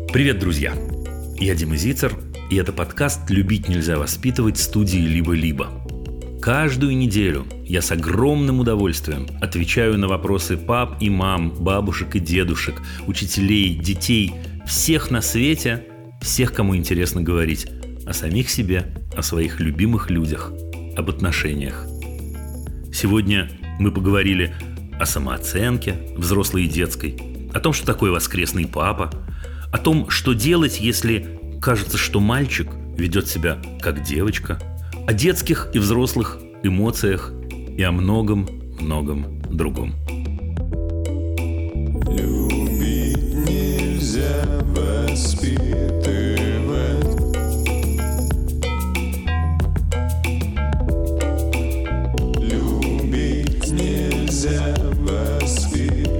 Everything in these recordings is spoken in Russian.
Привет, друзья! Я Дима Зицер, и это подкаст «Любить нельзя воспитывать» студии «Либо-либо». Каждую неделю я с огромным удовольствием отвечаю на вопросы пап и мам, бабушек и дедушек, учителей, детей, всех на свете, всех, кому интересно говорить о самих себе, о своих любимых людях, об отношениях. Сегодня мы поговорили о самооценке, взрослой и детской, о том, что такое воскресный папа, о том, что делать, если кажется, что мальчик ведет себя как девочка, о детских и взрослых эмоциях и о многом-многом другом. Любить нельзя воспитывать. Любить нельзя воспитывать.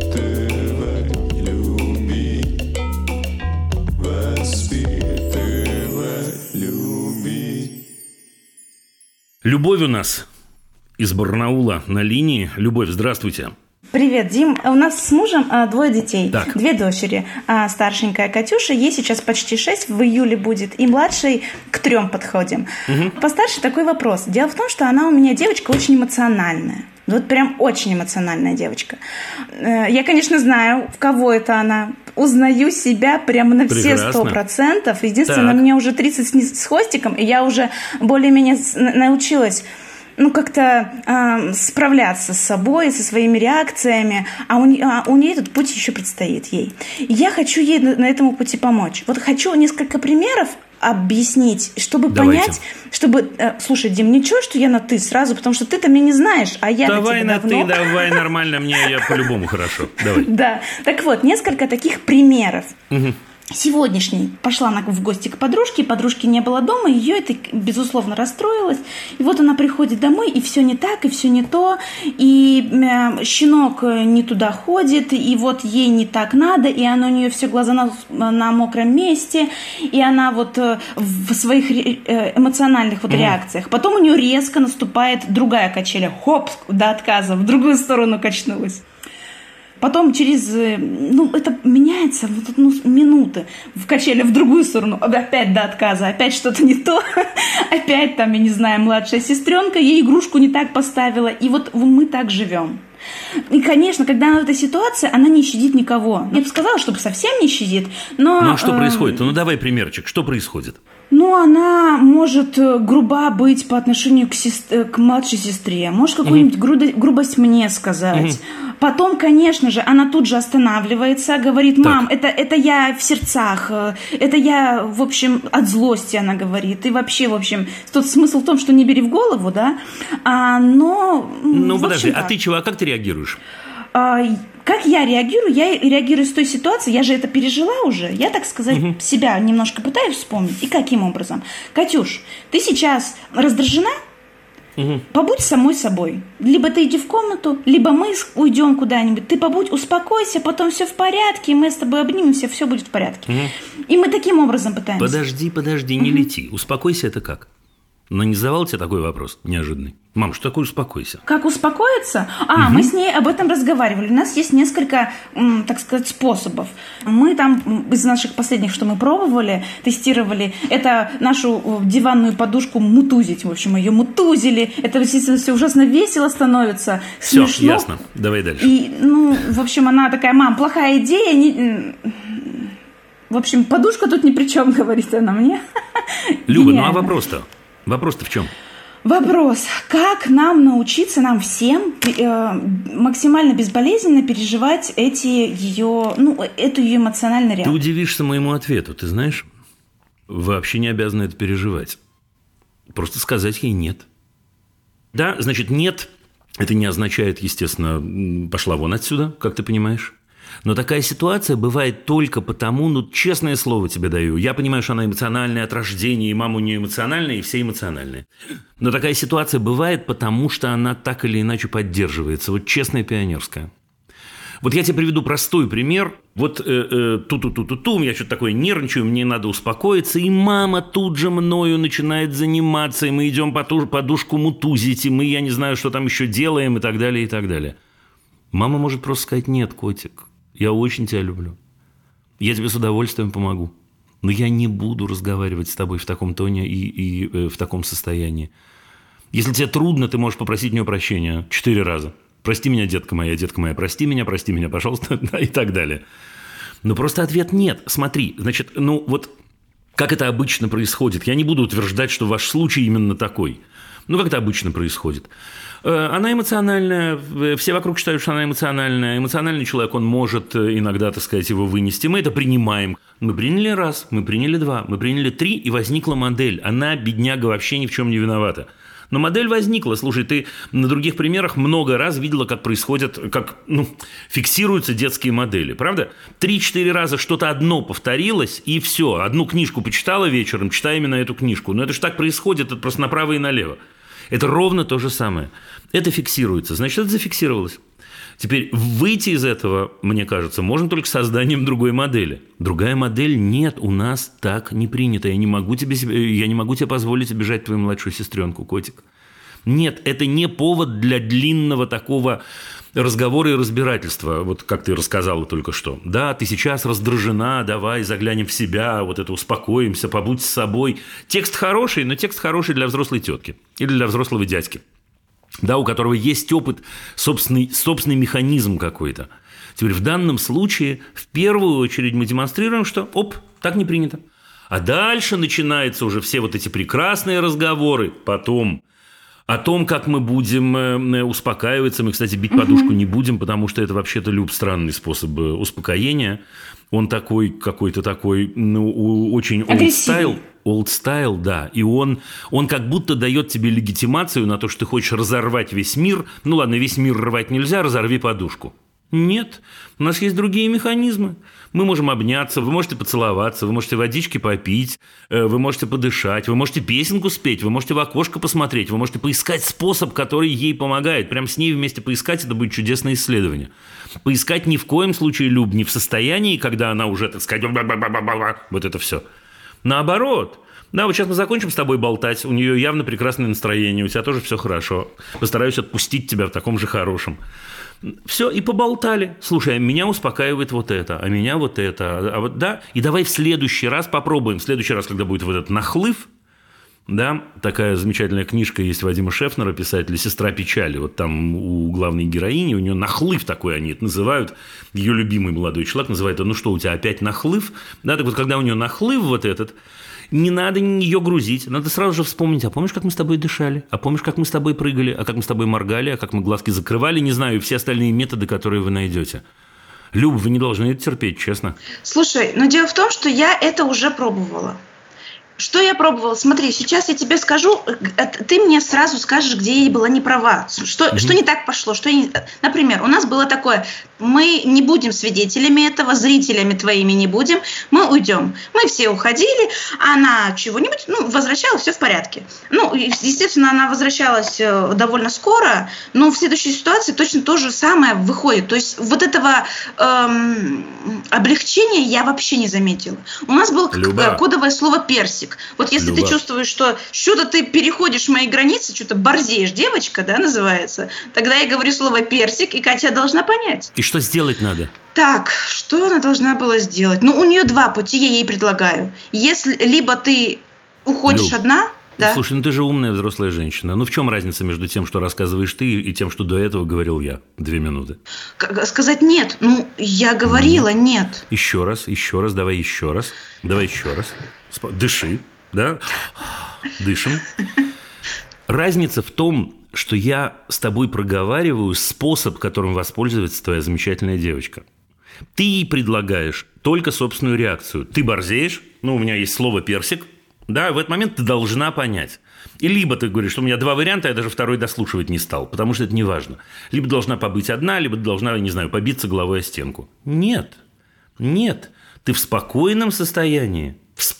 Любить, воспитывать, любить. Любовь у нас из Барнаула на линии. Любовь, здравствуйте. Привет, Дим. У нас с мужем двое детей, Так. 2 дочери. Старшенькая Катюша, ей сейчас почти 6, в июле будет, и младшей к 3 подходим. Постарше такой вопрос. Дело в том, что она у меня девочка очень эмоциональная. Вот прям очень эмоциональная девочка. Я, конечно, знаю, в кого это она. Узнаю себя прямо на все Прекрасно. 100%. Единственное, Так. мне уже 30 с хвостиком, и я уже более-менее научилась как-то справляться с собой, со своими реакциями, а у нее этот путь еще предстоит ей. И я хочу ей на этому пути помочь. Вот хочу несколько примеров объяснить, чтобы Давайте. понять, чтобы... слушай, Дим, ничего, что я на «ты» сразу, потому что ты-то меня не знаешь, а я Давай на на тебя давно. ты, давай нормально, мне я по-любому хорошо. Давай. Да, так вот, несколько таких примеров. Сегодняшний пошла она в гости к подружке, подружки не было дома, ее это, безусловно, расстроилось. И вот она приходит домой, и все не так, и все не то, и щенок не туда ходит, и вот ей не так надо, и она, у нее все глаза на мокром месте, и она вот в своих эмоциональных вот реакциях. Потом у нее резко наступает другая качеля, хоп, до отказа, в другую сторону качнулась. Потом через, это меняется, минуты в качеле в другую сторону, опять до отказа, опять что-то не то, опять там, я не знаю, младшая сестренка ей игрушку не так поставила, и вот мы так живем. И, конечно, когда она в этой ситуации, она не щадит никого. Я бы сказала, чтобы совсем не щадит, но... Ну а что происходит? Ну давай примерчик, что происходит? Она может груба быть по отношению к младшей сестре, может какую-нибудь грубость мне сказать. Потом, конечно же, она тут же останавливается, говорит: мам, это я в сердцах, это я, в общем, от злости, она говорит. И вообще, в общем, тут смысл в том, что не бери в голову, да, Подожди, а ты чего, а как ты реагируешь? Как я реагирую? Я реагирую с той ситуации, я же это пережила уже. Я, так сказать, себя немножко пытаюсь вспомнить. И каким образом? Катюш, ты сейчас раздражена? Побудь самой собой. Либо ты иди в комнату, либо мы уйдем куда-нибудь. Ты побудь, успокойся, потом все в порядке, и мы с тобой обнимемся, все будет в порядке. И мы таким образом пытаемся. Подожди, не лети. Успокойся, это как? Нанизовал тебе такой вопрос неожиданный? Мам, что такое успокойся? Как успокоиться? Мы с ней об этом разговаривали. У нас есть несколько, так сказать, способов. Мы там из наших последних, что мы пробовали, тестировали, это нашу диванную подушку мутузить. В общем, ее мутузили. Это, естественно, все ужасно весело становится. Все, смешно. ясно. Давай дальше. И, в общем, она такая: мам, плохая идея. В общем, подушка тут ни при чем, говорит она мне. Люба, Гениально. а вопрос-то? Вопрос-то в чем? Вопрос: как нам научиться, нам всем, максимально безболезненно переживать эту ее эмоциональную Ты реакцию? удивишься моему ответу, ты знаешь? Вы вообще не обязаны это переживать. Просто сказать ей «нет». Да, значит, «нет» – это не означает, естественно, «пошла вон отсюда», как ты понимаешь. Но такая ситуация бывает только потому, честное слово тебе даю, я понимаю, что она эмоциональная от рождения, и мама у нее эмоциональная, и все эмоциональные. Но такая ситуация бывает потому, что она так или иначе поддерживается. Вот честная пионерская. Вот я тебе приведу простой пример. Вот ту-ту-ту-ту-ту, я что-то такое нервничаю, мне надо успокоиться, и мама тут же мною начинает заниматься, и мы идем подушку мутузить, и мы, я не знаю, что там еще делаем, и так далее, и так далее. Мама может просто сказать: нет, котик, я очень тебя люблю. Я тебе с удовольствием помогу. но я не буду разговаривать с тобой в таком тоне и в таком состоянии. Если тебе трудно, ты можешь попросить у нее прощения 4 раза. Прости меня, детка моя, прости меня, пожалуйста, и так далее. Но просто ответ нет. Смотри, значит, как это обычно происходит. Я не буду утверждать, что ваш случай именно такой. Как это обычно происходит. Она эмоциональная, все вокруг считают, что она эмоциональная. Эмоциональный человек, он может иногда, так сказать, его вынести. Мы это принимаем. Мы приняли раз, мы приняли 2, мы приняли 3, и возникла модель. Она, бедняга, вообще ни в чем не виновата. Но модель возникла. Слушай, ты на других примерах много раз видела, как происходят, фиксируются детские модели. Правда? 3-4 раза что-то одно повторилось, и все. Одну книжку почитала вечером, читай именно эту книжку. Но это же так происходит, это просто направо и налево. Это ровно то же самое. Это фиксируется. Значит, это зафиксировалось. Теперь выйти из этого, мне кажется, можно только созданием другой модели. Другая модель нет, у нас так не принято. Я не могу тебе позволить обижать твою младшую сестренку, котик. Нет, это не повод для длинного такого разговора и разбирательства, вот как ты рассказала только что. Да, ты сейчас раздражена, давай заглянем в себя, успокоимся, побудь с собой. Текст хороший, но текст хороший для взрослой тетки или для взрослого дядьки. Да, у которого есть опыт, собственный механизм какой-то. Теперь в данном случае в первую очередь мы демонстрируем, что так не принято. А дальше начинаются уже все эти прекрасные разговоры потом о том, как мы будем успокаиваться. Мы, кстати, бить подушку не будем, потому что это вообще-то странный способ успокоения. Он такой, какой-то такой, очень old style, да. И он как будто дает тебе легитимацию на то, что ты хочешь разорвать весь мир. Ладно, весь мир рвать нельзя, разорви подушку. Нет, у нас есть другие механизмы. Мы можем обняться, вы можете поцеловаться, вы можете водички попить, вы можете подышать, вы можете песенку спеть, вы можете в окошко посмотреть, вы можете поискать способ, который ей помогает. Прям с ней вместе поискать, это будет чудесное исследование. Поискать ни в коем случае, Люб, не в состоянии, когда она уже, так сказать, вот это все. Наоборот. Да, вот сейчас мы закончим с тобой болтать, у нее явно прекрасное настроение, у тебя тоже все хорошо. Постараюсь отпустить тебя в таком же хорошем. Все, и поболтали. Слушай, а меня успокаивает вот это, а меня вот это. Да, и давай в следующий раз попробуем. В следующий раз, когда будет этот нахлыв, да, такая замечательная книжка есть Вадима Шефнера, писателя «Сестра печали». Вот там у главной героини, у нее нахлыв такой, они это называют. Ее любимый молодой человек называет: ну что, у тебя опять нахлыв? Да, так вот, когда у нее нахлыв вот этот, не надо ее грузить, надо сразу же вспомнить: а помнишь, как мы с тобой дышали? А помнишь, как мы с тобой прыгали? А как мы с тобой моргали? А как мы глазки закрывали? Не знаю, и все остальные методы, которые вы найдете. Люб, вы не должны это терпеть, честно. Слушай, но дело в том, что я это уже пробовала. Что я пробовала? Смотри, сейчас я тебе скажу, ты мне сразу скажешь, где я была не права. Что не так пошло? Например, у нас было такое: мы не будем свидетелями этого, зрителями твоими не будем, мы уйдем. Мы все уходили, она чего-нибудь, возвращалась, все в порядке. Естественно, она возвращалась довольно скоро, но в следующей ситуации точно то же самое выходит. То есть вот этого облегчения я вообще не заметила. У нас было кодовое слово «персик». Вот если ты чувствуешь, что что-то ты переходишь мои границы, что-то борзеешь, девочка, да, называется, тогда я говорю слово «персик», и Катя должна понять. И что сделать надо? Так, что она должна была сделать? У нее 2 пути, я ей предлагаю. Если либо ты уходишь одна... Да. Слушай, ты же умная взрослая женщина. В чем разница между тем, что рассказываешь ты, и тем, что до этого говорил я? 2 минуты. Сказать нет. Я говорила нет. Еще раз, давай еще раз. Дыши, да? Дышим. Разница в том, что я с тобой проговариваю способ, которым воспользуется твоя замечательная девочка. Ты ей предлагаешь только собственную реакцию. Ты борзеешь, у меня есть слово «персик», да, в этот момент ты должна понять. И либо ты говоришь, что у меня 2 варианта, я даже второй дослушивать не стал, потому что это не важно. Либо должна побыть одна, либо должна, побиться головой о стенку. Нет. Ты в спокойном состоянии.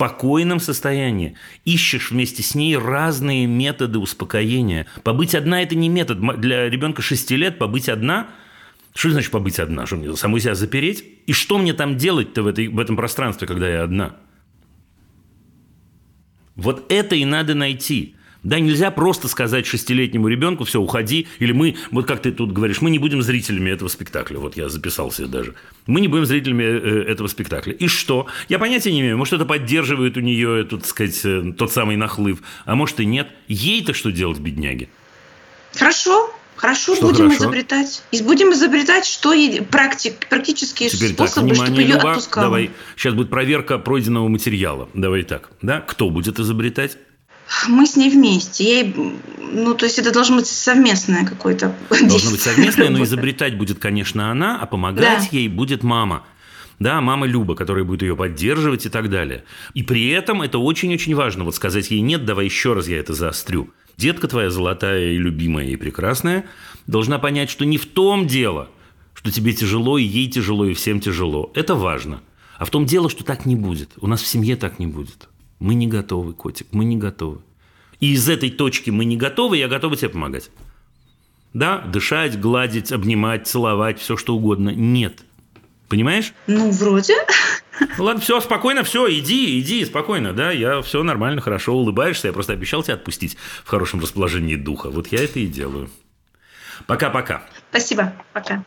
Ищешь вместе с ней разные методы успокоения. Побыть одна – это не метод. Для ребенка 6 лет побыть одна. Что значит побыть одна? Что мне самой себя запереть? И что мне там делать-то в этом пространстве, когда я одна? Вот это и надо найти. Да, нельзя просто сказать 6-летнему ребенку: все, уходи, или мы, вот как ты тут говоришь, мы не будем зрителями этого спектакля. Вот я записал себе даже. Мы не будем зрителями этого спектакля. И что? Я понятия не имею. Может, это поддерживает у нее, так сказать, тот самый нахлыв, а может и нет. Ей-то что делать, бедняге? Хорошо, Что будем хорошо? изобретать. И будем изобретать, что практические Теперь так, способы, чтобы внимание, ее Люба, отпускало. давай. Сейчас будет проверка пройденного материала. Давай так, да? Кто будет изобретать? Мы с ней вместе. То есть это должно быть совместное какое-то Должно быть совместное, но изобретать будет, конечно, она, а помогать ей будет мама. Да, мама Люба, которая будет ее поддерживать и так далее. И при этом это очень-очень важно. Вот сказать ей: нет, давай еще раз я это заострю. Детка твоя золотая и любимая и прекрасная должна понять, что не в том дело, что тебе тяжело, и ей тяжело, и всем тяжело. Это важно. А в том дело, что так не будет. У нас в семье так не будет. Мы не готовы, котик, мы не готовы. И из этой точки «мы не готовы» я готова тебе помогать. Да, дышать, гладить, обнимать, целовать, все что угодно. Нет. Понимаешь? Вроде. Ладно, все, спокойно, все, иди, спокойно, да, я все нормально, хорошо, улыбаешься, я просто обещал тебя отпустить в хорошем расположении духа. Вот я это и делаю. Пока-пока. Спасибо. Пока.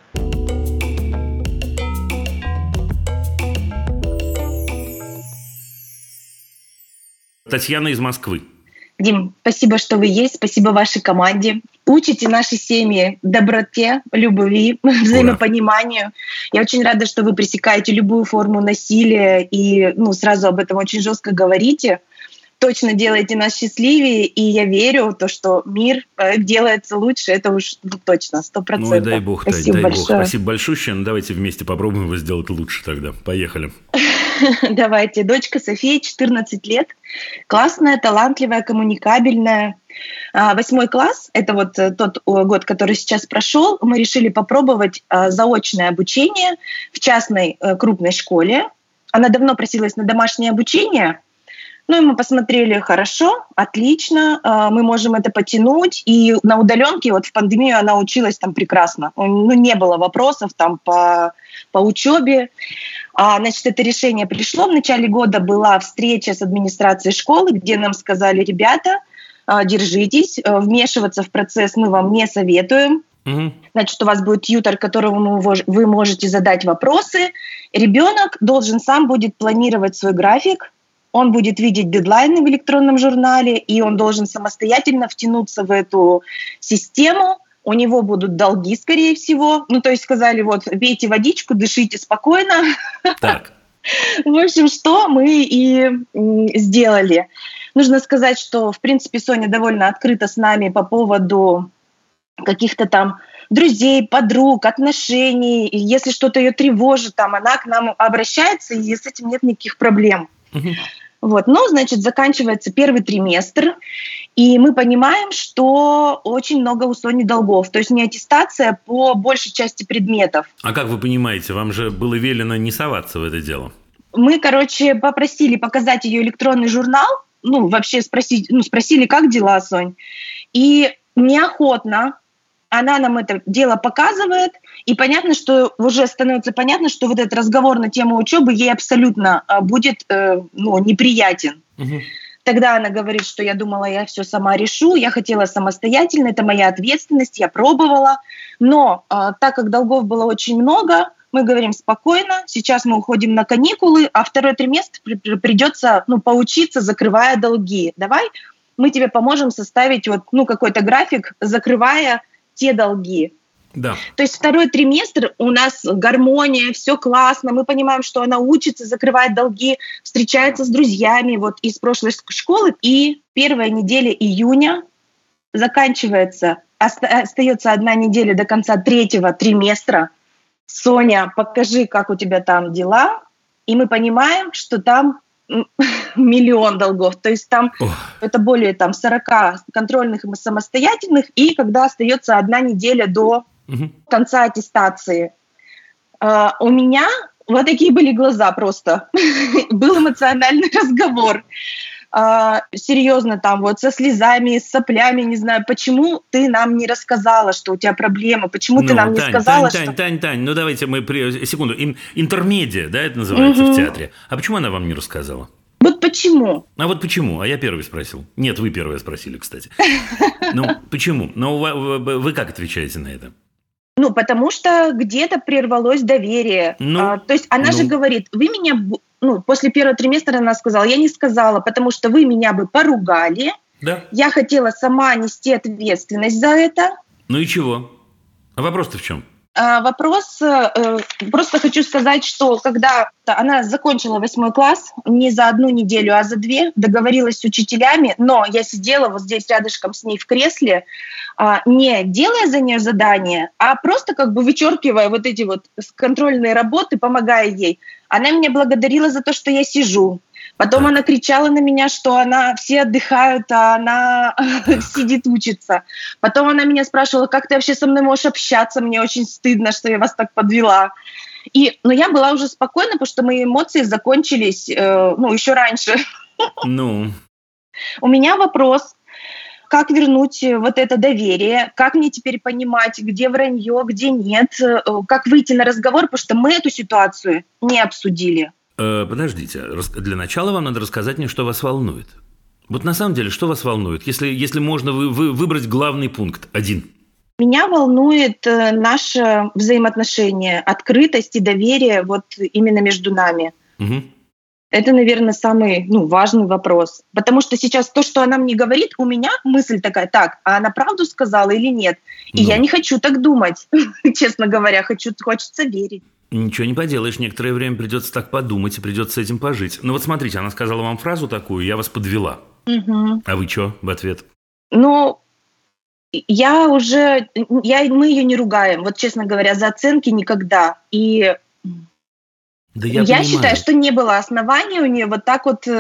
Татьяна из Москвы. Дим, спасибо, что вы есть, спасибо вашей команде. Учите наши семьи доброте, любви, взаимопониманию. Я очень рада, что вы пресекаете любую форму насилия и сразу об этом очень жестко говорите. Точно делаете нас счастливее, и я верю в то, что мир делается лучше. Это уж точно, 100%. Ну и дай бог, Тань, спасибо дай большое. бог. Спасибо большущее. Ну, давайте вместе попробуем его сделать лучше тогда. Поехали. Давайте. Дочка София, 14 лет. Классная, талантливая, коммуникабельная. 8 класс, это вот тот год, который сейчас прошел, мы решили попробовать заочное обучение в частной крупной школе. Она давно просилась на домашнее обучение. И мы посмотрели: хорошо, отлично, мы можем это потянуть. И на удаленке, вот в пандемию, она училась там прекрасно. Не было вопросов там по учебе. Значит, это решение пришло. В начале года была встреча с администрацией школы, где нам сказали: ребята, держитесь, вмешиваться в процесс мы вам не советуем. Значит, у вас будет тьютор, которому вы можете задать вопросы. Ребенок должен сам будет планировать свой график. Он будет видеть дедлайны в электронном журнале, и он должен самостоятельно втянуться в эту систему. У него будут долги, скорее всего. То есть сказали: вот, пейте водичку, дышите спокойно. Так. В общем, что мы и сделали. Нужно сказать, что, в принципе, Соня довольно открыта с нами по поводу каких-то там друзей, подруг, отношений. И если что-то ее тревожит, она к нам обращается, и с этим нет никаких проблем. Вот. Значит, заканчивается первый триместр, и мы понимаем, что очень много у Сони долгов. То есть не аттестация по большей части предметов. А как вы понимаете, вам же было велено не соваться в это дело? Мы, попросили показать ее электронный журнал, вообще спросили, как дела, Сонь. И неохотно она нам это дело показывает, и понятно, что уже становится понятно, что вот этот разговор на тему учебы ей абсолютно будет неприятен. Тогда она говорит, что я думала, я все сама решу, я хотела самостоятельно, это моя ответственность, я пробовала. Но так как долгов было очень много, мы говорим: спокойно, сейчас мы уходим на каникулы, а второй триместр придется поучиться, закрывая долги. Давай мы тебе поможем составить какой-то график, закрывая те долги. Да. То есть второй триместр у нас гармония, все классно, мы понимаем, что она учится, закрывает долги, встречается с друзьями из прошлой школы, и первая неделя июня заканчивается, остается 1 неделя до конца 3-го триместра. Соня, покажи, как у тебя там дела, и мы понимаем, что там 1 миллион долгов, то есть там это более 40 контрольных и самостоятельных, и когда остается 1 неделя до конца аттестации. У меня вот такие были глаза просто. Был эмоциональный разговор. Серьезно, там со слезами, с соплями, не знаю, почему ты нам не рассказала, что у тебя проблемы, почему ты нам не сказала, что... Тань, давайте мы секунду. Интермедия, да, это называется в театре. А почему она вам не рассказала? Вот почему? А вот почему? А я первый спросил. Нет, вы первые спросили, кстати. Ну, почему? Но вы как отвечаете на это? Ну, потому что где-то прервалось доверие. То есть она же говорит, вы меня... Ну, после первого триместра она сказала, я не сказала, потому что вы меня бы поругали. Да. Я хотела сама нести ответственность за это. Ну и чего? А вопрос-то в чем? Вопрос, просто хочу сказать, что когда она закончила 8 класс, не за 1 неделю, а за 2, договорилась с учителями, но я сидела вот здесь рядышком с ней в кресле, не делая за нее задания, а просто как бы вычеркивая вот эти вот контрольные работы, помогая ей. Она меня благодарила за то, что я сижу. Потом она кричала на меня, что все отдыхают, а она сидит, учится. Потом она меня спрашивала, как ты вообще со мной можешь общаться, мне очень стыдно, что я вас так подвела. Но я была уже спокойна, потому что мои эмоции закончились еще раньше. Ну? У меня вопрос, как вернуть вот это доверие, как мне теперь понимать, где вранье, где нет, как выйти на разговор, потому что мы эту ситуацию не обсудили. Подождите, для начала вам надо рассказать мне, что вас волнует. Вот на самом деле, что вас волнует? Если можно выбрать главный пункт, один. Меня волнует наше взаимоотношение, открытость и доверие вот именно между нами. Угу. Это, наверное, самый важный вопрос. Потому что сейчас то, что она мне говорит, у меня мысль такая, так, а она правду сказала или нет? И я не хочу так думать, честно говоря, хочется верить. Ничего не поделаешь, некоторое время придется так подумать и придется с этим пожить. Ну вот смотрите, она сказала вам фразу такую, я вас подвела. Угу. А вы что в ответ? Мы ее не ругаем, вот честно говоря, за оценки никогда. И да я считаю, что не было основания у нее вот так вот...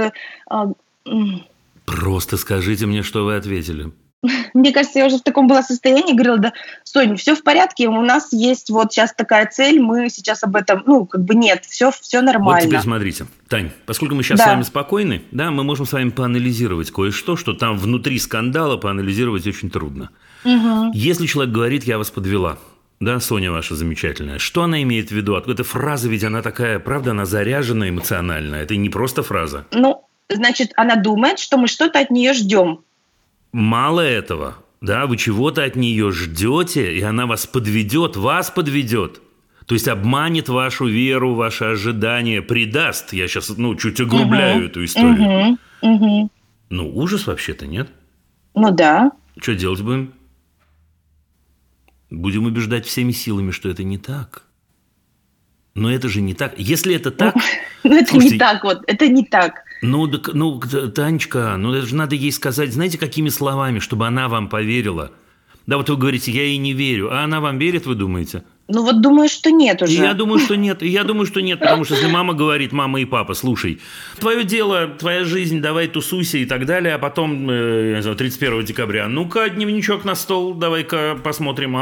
Просто скажите мне, что вы ответили. Мне кажется, я уже в таком была состоянии, говорила, да, Сонь, все в порядке, у нас есть вот сейчас такая цель, мы сейчас об этом, нет, все нормально. Вот теперь смотрите, Тань, поскольку мы сейчас с вами спокойны, да, мы можем с вами поанализировать кое-что, что там внутри скандала поанализировать очень трудно. Угу. Если человек говорит, я вас подвела, да, Соня ваша замечательная, что она имеет в виду? Эта фраза, ведь она такая, правда, она заряжена эмоционально, это не просто фраза. Значит, она думает, что мы что-то от нее ждем. Мало этого, да, вы чего-то от нее ждете, и она вас подведет. То есть обманет вашу веру, ваши ожидания, предаст. Я сейчас, чуть углубляю эту историю. Ужас вообще-то, нет? Да. Что делать будем? Будем убеждать всеми силами, что это не так. Но это же не так. Если это так... это не так это не так. Танечка, это же надо ей сказать, знаете, какими словами, чтобы она вам поверила. Да, вот вы говорите, я ей не верю, а она вам верит, вы думаете? Думаю, что нет уже. И я думаю, что нет, потому что если мама говорит, мама и папа, слушай, твое дело, твоя жизнь, давай тусуйся и так далее, а потом, 31 декабря, ну-ка, дневничок на стол, давай-ка посмотрим.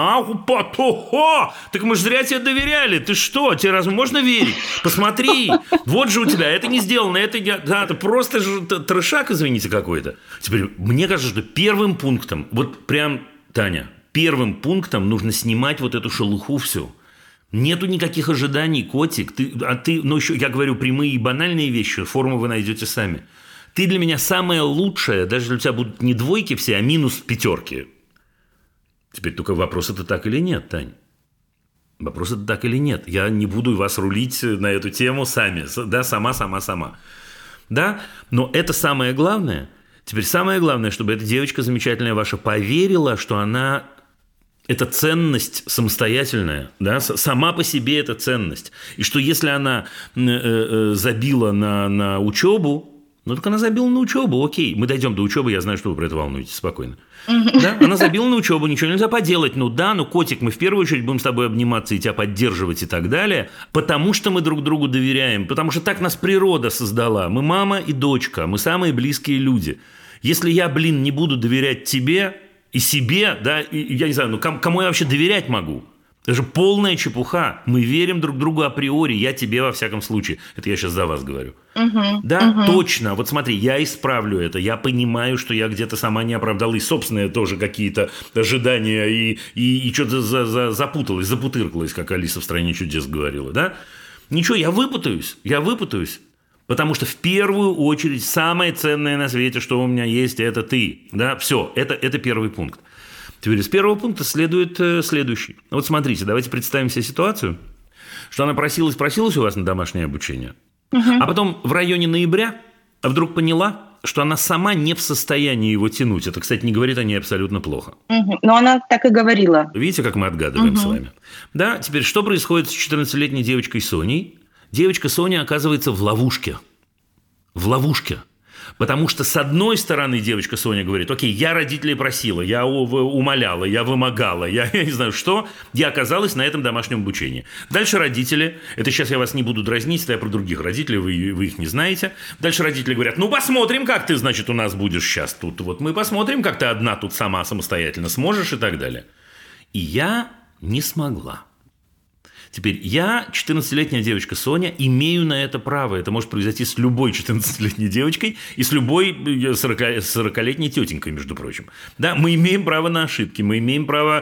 Так мы же зря тебе доверяли, ты что, тебе разве можно верить? Посмотри, вот же у тебя, это не сделано, это просто же трешак, извините, какой-то. Теперь, мне кажется, что первым пунктом, вот прям, Таня, первым пунктом нужно снимать вот эту шелуху всю. Нету никаких ожиданий, котик. Еще я говорю прямые и банальные вещи, форму вы найдете сами. Ты для меня самая лучшая, даже если у тебя будут не двойки все, а минус 5. Теперь только вопрос, это так или нет, Тань? Вопрос, это так или нет? Я не буду вас рулить на эту тему сами. Да, сама. Да, но это самое главное. Теперь самое главное, чтобы эта девочка замечательная ваша поверила, что она... Это ценность самостоятельная, да? Сама по себе это ценность. И что если она забила на учебу, так она забила на учебу, окей, мы дойдем до учебы, я знаю, что вы про это волнуетесь, спокойно. Да? Она забила на учебу, ничего нельзя поделать. Котик, мы в первую очередь будем с тобой обниматься и тебя поддерживать и так далее, потому что мы друг другу доверяем, потому что так нас природа создала. Мы мама и дочка, мы самые близкие люди. Если я, не буду доверять тебе и себе, да, и я не знаю, кому я вообще доверять могу? Это же полная чепуха. Мы верим друг другу априори, я тебе во всяком случае. Это я сейчас за вас говорю. Точно. Вот смотри, я исправлю это. Я понимаю, что я где-то сама не оправдала и собственные тоже какие-то ожидания и что-то запутыркалась, как Алиса в «Стране чудес» говорила, да? Ничего, я выпутаюсь. Потому что в первую очередь самое ценное на свете, что у меня есть, это ты. Да, все, это первый пункт. Теперь из первого пункта следует следующий. Вот смотрите, давайте представим себе ситуацию, что она просилась у вас на домашнее обучение, а потом в районе ноября вдруг поняла, что она сама не в состоянии его тянуть. Это, кстати, не говорит о ней абсолютно плохо. Но она так и говорила. Видите, как мы отгадываем с вами? Да, теперь что происходит с 14-летней девочкой Соней? Девочка Соня оказывается в ловушке. В ловушке. Потому что, с одной стороны, девочка Соня говорит: окей, я родителей просила, я умоляла, я вымогала, я не знаю что, я оказалась на этом домашнем обучении. Дальше родители, это сейчас я вас не буду дразнить, это я про других родителей, вы их не знаете. Дальше родители говорят: ну, посмотрим, как ты, значит, у нас будешь сейчас тут. Вот мы посмотрим, как ты одна тут сама самостоятельно сможешь и так далее. И я не смогла. Теперь я, 14-летняя девочка Соня, имею на это право. Это может произойти с любой 14-летней девочкой и с любой 40-летней тетенькой, между прочим. Да, мы имеем право на ошибки, мы имеем право,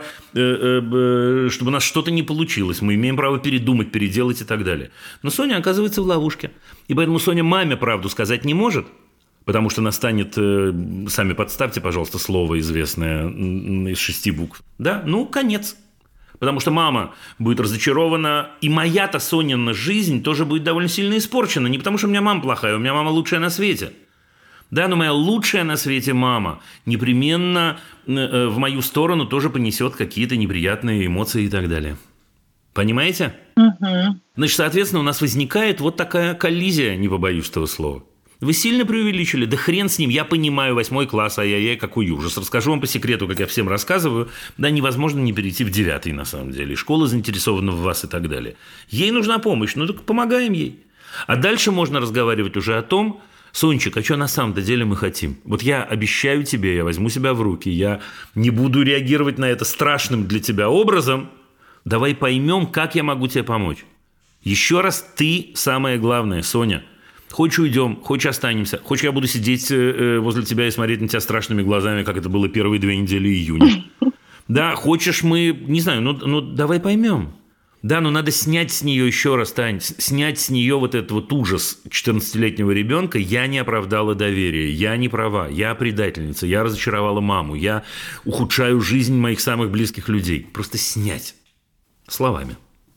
чтобы у нас что-то не получилось, мы имеем право передумать, переделать и так далее. Но Соня оказывается в ловушке. И поэтому Соня маме правду сказать не может, потому что настанет, сами подставьте, пожалуйста, слово известное из 6 букв. Да, ну, конец. Потому что мама будет разочарована, и моя-то Сонина жизнь тоже будет довольно сильно испорчена. Не потому что у меня мама плохая, у меня мама лучшая на свете. Да, но моя лучшая на свете мама непременно в мою сторону тоже понесет какие-то неприятные эмоции и так далее. Понимаете? Значит, соответственно, у нас возникает вот такая коллизия, не побоюсь этого слова. Вы сильно преувеличили? Да хрен с ним, я понимаю, 8 класс, ай-яй-яй, какой ужас. Расскажу вам по секрету, как я всем рассказываю. Да, невозможно не перейти в 9 на самом деле. Школа заинтересована в вас и так далее. Ей нужна помощь, ну так помогаем ей. А дальше можно разговаривать уже о том: Сонечек, а что на самом-то деле мы хотим? Вот я обещаю тебе, я возьму себя в руки, я не буду реагировать на это страшным для тебя образом. Давай поймем, как я могу тебе помочь. Еще раз, ты самое главное, Соня. Хочешь уйдем, хочешь останемся, хочешь я буду сидеть возле тебя и смотреть на тебя страшными глазами, как это было первые 2 недели июня. Да, хочешь мы, не знаю, ну давай поймем. Да, но надо снять с нее еще раз, Тань, снять с нее вот этот вот ужас 14-летнего ребенка. Я не оправдала доверие, я не права, я предательница, я разочаровала маму, я ухудшаю жизнь моих самых близких людей. Просто снять словами.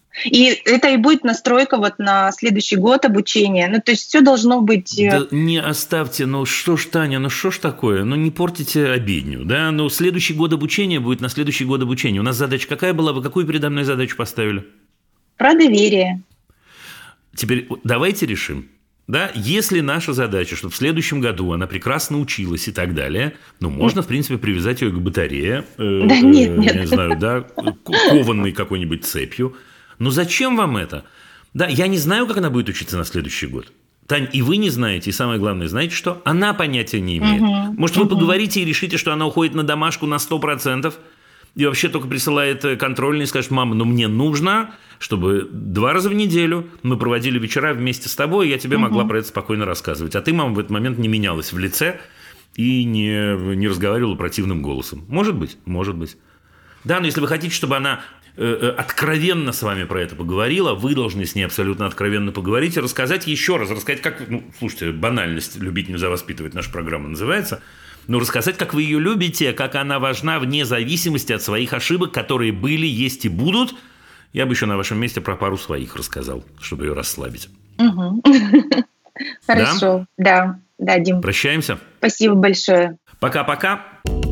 И это и будет настройка вот на следующий год обучения. Ну, то есть все должно быть... Да не оставьте, ну что ж, Таня, ну что ж такое? Ну не портите обедню, да? Ну следующий год обучения будет на следующий год обучения. У нас задача какая была? Вы какую передо мной задачу поставили? Про доверие. Теперь давайте решим. Да, если наша задача, чтобы в следующем году она прекрасно училась и так далее, ну, можно, в принципе, привязать ее к батарее, не знаю, да, кованной какой-нибудь цепью. Но зачем вам это? Да, я не знаю, как она будет учиться на следующий год. Тань, и вы не знаете, и самое главное, знаете что? Она понятия не имеет. Может, вы поговорите и решите, что она уходит на домашку на 100%, и вообще только присылает контрольный и скажет: мама, ну мне нужно, чтобы 2 раза в неделю мы проводили вечера вместе с тобой, и я тебе могла про это спокойно рассказывать. А ты, мама, в этот момент не менялась в лице и не разговаривала противным голосом. Может быть, может быть. Да, но если вы хотите, чтобы она откровенно с вами про это поговорила, вы должны с ней абсолютно откровенно поговорить и рассказать еще раз, рассказать, как, ну, слушайте, банальность «Любить нельзя воспитывать» наша программа называется, но рассказать, как вы ее любите, как она важна вне зависимости от своих ошибок, которые были, есть и будут. Я бы еще на вашем месте про пару своих рассказал, чтобы ее расслабить. Хорошо, да, Дим. Прощаемся. Спасибо большое. Пока-пока.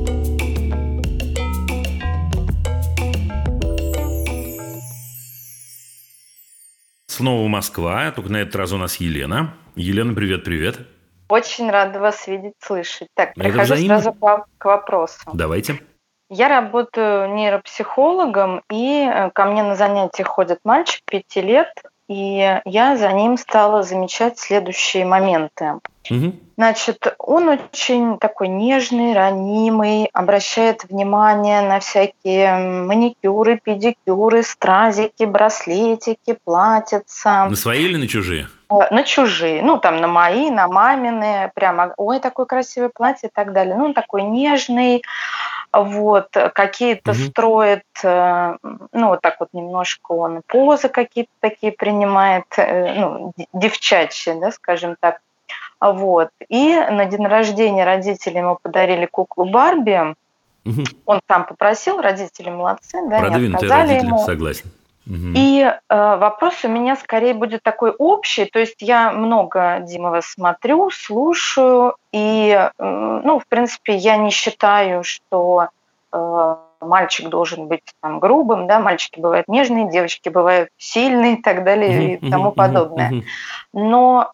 Снова Москва, только на этот раз у нас Елена. Елена, привет-привет. Очень рада вас видеть, слышать. Так, перехожу сразу к вопросу. Давайте. Я работаю нейропсихологом, и ко мне на занятия ходит мальчик 5 лет, и я за ним стала замечать следующие моменты. Значит, он очень такой нежный, ранимый, обращает внимание на всякие маникюры, педикюры, стразики, браслетики, платьица. На свои или на чужие? На чужие. Ну, там, на мои, на мамины. Прямо, ой, такое красивое платье и так далее. Ну, он такой нежный, Вот, какие-то строит, ну, вот так вот немножко он позы какие-то такие принимает, ну, девчачьи, да, скажем так. Вот. И на день рождения родители ему подарили куклу Барби. Он сам попросил, родители молодцы, да, не отказали ему. Согласен. И вопрос у меня скорее будет такой общий, то есть я много Димова смотрю, слушаю, и, ну, в принципе, я не считаю, что мальчик должен быть там грубым, да, мальчики бывают нежные, девочки бывают сильные и так далее и тому подобное. Но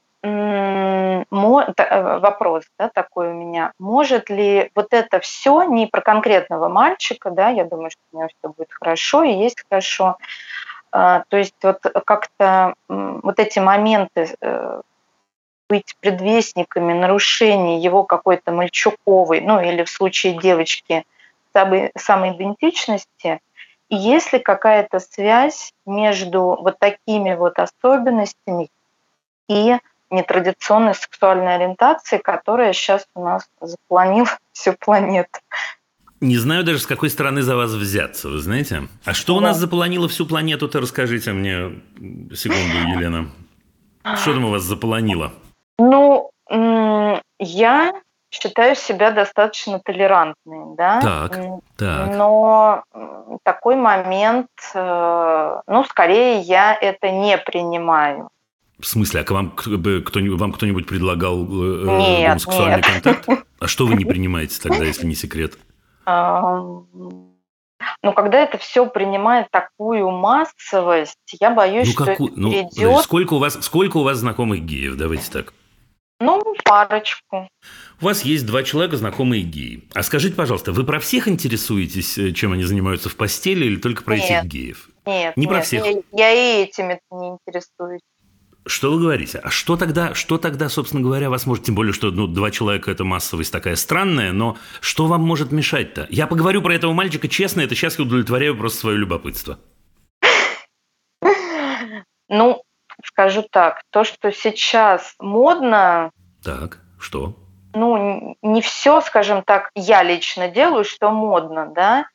вопрос, да, такой у меня, может ли вот это все не про конкретного мальчика, да, я думаю, что у него все будет хорошо и есть хорошо, то есть вот как-то вот эти моменты быть предвестниками нарушений его какой-то мальчуковой, ну или в случае девочки самоидентичности, и есть ли какая-то связь между вот такими вот особенностями и нетрадиционной сексуальной ориентацией, которая сейчас у нас заполонила всю планету. Не знаю даже, с какой стороны за вас взяться, вы знаете. А что у нас заполонило всю планету-то, расскажите мне, секунду, Елена. Что там у вас заполонило? Ну, я считаю себя достаточно толерантной, да. Так. Но такой момент, ну, скорее я это не принимаю. В смысле, а вам кто-нибудь предлагал гомосексуальный контакт? А что вы не принимаете тогда, если не секрет? Ну, когда это все принимает такую массовость, я боюсь, что это перейдет... Сколько у вас знакомых геев? Давайте так. Ну, парочку. У вас есть 2 человека, знакомые геи. А скажите, пожалуйста, вы про всех интересуетесь, чем они занимаются в постели, или только про этих геев? Нет, не про всех. Я и этими не интересуюсь. Что вы говорите? А что тогда, собственно говоря, вас может... Тем более, что 2 человека – это массовость такая странная, но что вам может мешать-то? Я поговорю про этого мальчика честно, это сейчас я удовлетворяю просто свое любопытство. Ну, скажу так, то, что сейчас модно... Так, что? Ну, не все, скажем так, я лично делаю, что модно, да,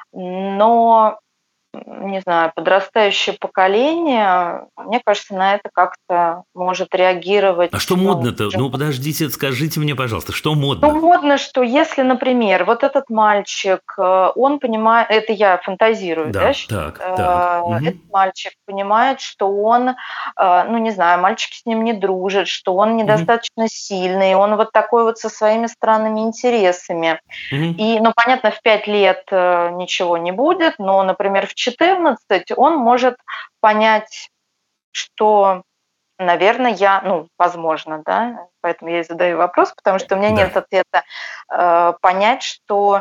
но... не знаю, подрастающее поколение, мне кажется, на это как-то может реагировать. А что модно-то? Ну, подождите, скажите мне, пожалуйста, что модно? Ну, модно, что если, например, вот этот мальчик, он понимает, это я фантазирую, да? Так. Этот мальчик понимает, что он, ну, не знаю, мальчики с ним не дружат, что он недостаточно сильный, он вот такой вот со своими странными интересами. И, ну, понятно, в 5 лет ничего не будет, но, например, в 14 он может понять, что, наверное, возможно, да, поэтому я и задаю вопрос, потому что у меня нет ответа, понять, что,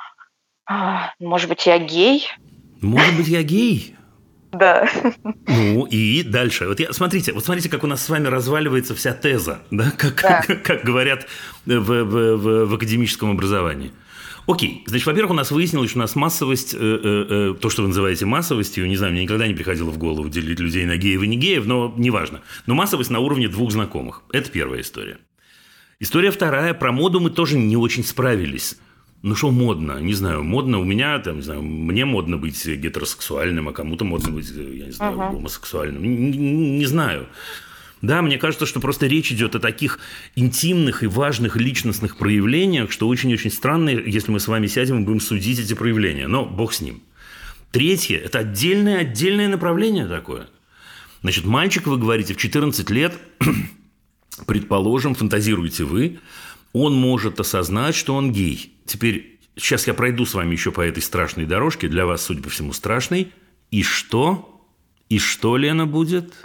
может быть, я гей. Может быть, я гей? Да. Ну, и дальше. Смотрите, как у нас с вами разваливается вся теза, да, как говорят в академическом образовании. Окей, значит, во-первых, у нас выяснилось, что у нас массовость, то, что вы называете массовостью, не знаю, мне никогда не приходило в голову делить людей на геев и не геев, но неважно. Но массовость на уровне 2 знакомых. Это первая история. История вторая. Про моду мы тоже не очень справились. Ну, что модно? Не знаю, модно у меня, там, не знаю, мне модно быть гетеросексуальным, а кому-то модно быть, я не знаю, гомосексуальным. Не знаю. Да, мне кажется, что просто речь идет о таких интимных и важных личностных проявлениях, что очень-очень странно, если мы с вами сядем и будем судить эти проявления. Но бог с ним. Третье – это отдельное направление такое. Значит, мальчик, вы говорите, в 14 лет, предположим, фантазируете вы, он может осознать, что он гей. Теперь, сейчас я пройду с вами еще по этой страшной дорожке, для вас, судя по всему, страшной. И что? И что, Лена, будет?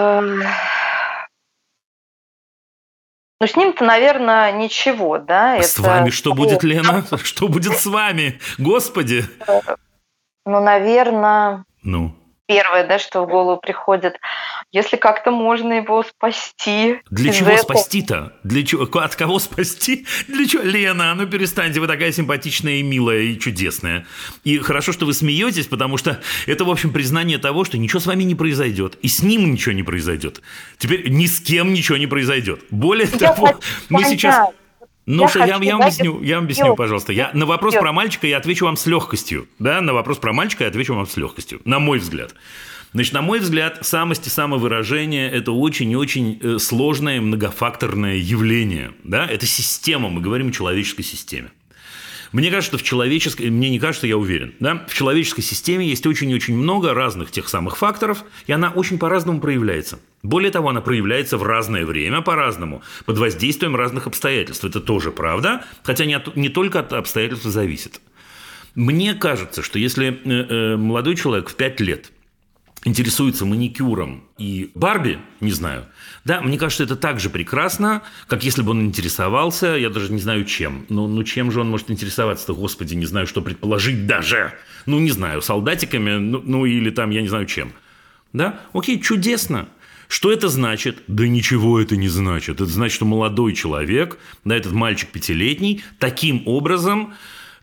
Ну, с ним-то, наверное, ничего, да? А с вами что будет, Лена? Что будет с вами? Господи! Ну, наверное... Ну? Первое, да, что в голову приходит, если как-то можно его спасти. Для чего спасти-то? Для чего? От кого спасти? Для чего? Лена, ну перестаньте, вы такая симпатичная и милая, и чудесная. И хорошо, что вы смеетесь, потому что это, в общем, признание того, что ничего с вами не произойдет. И с ним ничего не произойдет. Теперь ни с кем ничего не произойдет. Более того, мы сейчас... Ну, я вам объясню, пожалуйста. На вопрос про мальчика я отвечу вам с легкостью. Да, на вопрос про мальчика я отвечу вам с легкостью, на мой взгляд. Значит, на мой взгляд, самость и самовыражение – это очень и очень сложное многофакторное явление. Да? Это система, мы говорим о человеческой системе. Мне кажется, мне не кажется, я уверен, да? В человеческой системе есть очень и очень много разных тех самых факторов, и она очень по-разному проявляется. Более того, она проявляется в разное время по-разному, под воздействием разных обстоятельств. Это тоже правда, хотя не только от обстоятельств зависит. Мне кажется, что если молодой человек в 5 лет интересуется маникюром и Барби, не знаю, да, мне кажется, это так же прекрасно, как если бы он интересовался, я даже не знаю чем. Ну чем же он может интересоваться-то, господи, не знаю, что предположить даже. Не знаю, солдатиками, или там, я не знаю чем. Да, окей, чудесно. Что это значит? Да ничего это не значит. Это значит, что молодой человек, да, этот мальчик 5-летний, таким образом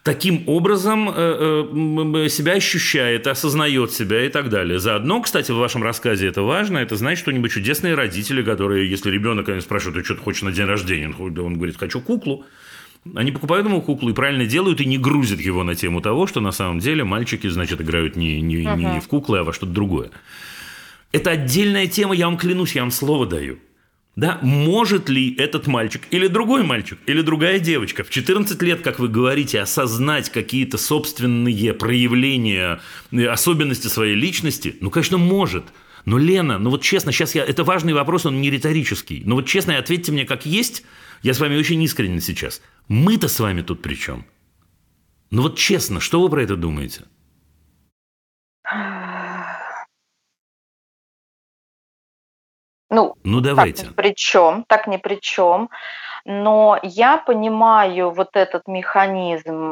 себя ощущает, осознает себя и так далее. Заодно, кстати, в вашем рассказе это важно, это значит, что нибудь чудесные родители, которые, если ребенок спрашивает, что ты хочешь на день рождения, он говорит, хочу куклу. Они покупают ему куклу и правильно делают, и не грузят его на тему того, что на самом деле мальчики, значит, играют не в куклы, а во что-то другое. Это отдельная тема, я вам клянусь, я вам слово даю. Да, может ли этот мальчик или другой мальчик, или другая девочка в 14 лет, как вы говорите, осознать какие-то собственные проявления, особенности своей личности? Конечно, может. Но, Лена, вот честно, это важный вопрос, он не риторический. Но вот честно, ответьте мне как есть, я с вами очень искренен сейчас. Мы-то с вами тут при чем? Вот честно, что вы про это думаете? Давайте. Так ни при чем. Но я понимаю вот этот механизм,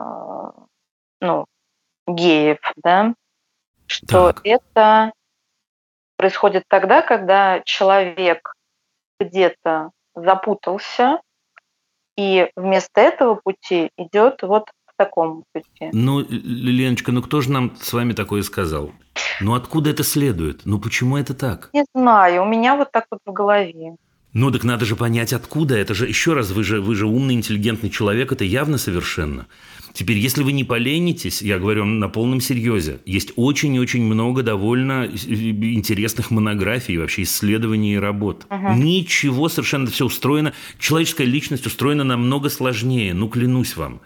геев, да, что это происходит тогда, когда человек где-то запутался, и вместо этого пути идет вот к такому пути. Леночка, кто же нам с вами такое сказал? Откуда это следует? Почему это так? Не знаю, у меня вот так вот в голове. Так надо же понять, откуда. Это же, еще раз, вы же умный, интеллигентный человек, это явно совершенно. Теперь, если вы не поленитесь, я говорю на полном серьезе, есть очень и очень много довольно интересных монографий, вообще исследований и работ. Ничего, совершенно все устроено. Человеческая личность устроена намного сложнее, клянусь вам.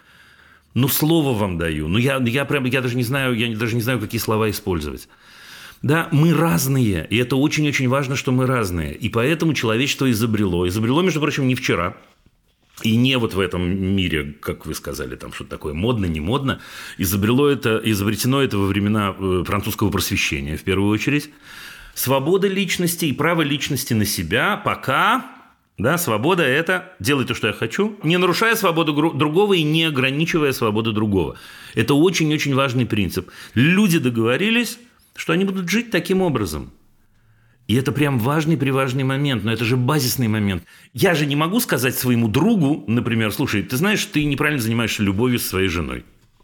Слово вам даю. Я даже не знаю, какие слова использовать. Да, мы разные, и это очень-очень важно, что мы разные. И поэтому человечество изобрело, между прочим, не вчера, и не вот в этом мире, как вы сказали, там что-то такое модно, не модно. Изобретено это во времена французского просвещения, в первую очередь. Свобода личности и право личности на себя пока... Да, свобода – это делать то, что я хочу, не нарушая свободу другого и не ограничивая свободу другого. Это очень-очень важный принцип. Люди договорились, что они будут жить таким образом. И это прям важный-приважный момент, но это же базисный момент. Я же не могу сказать своему другу, например, слушай, ты знаешь, ты неправильно занимаешься любовью с своей женой.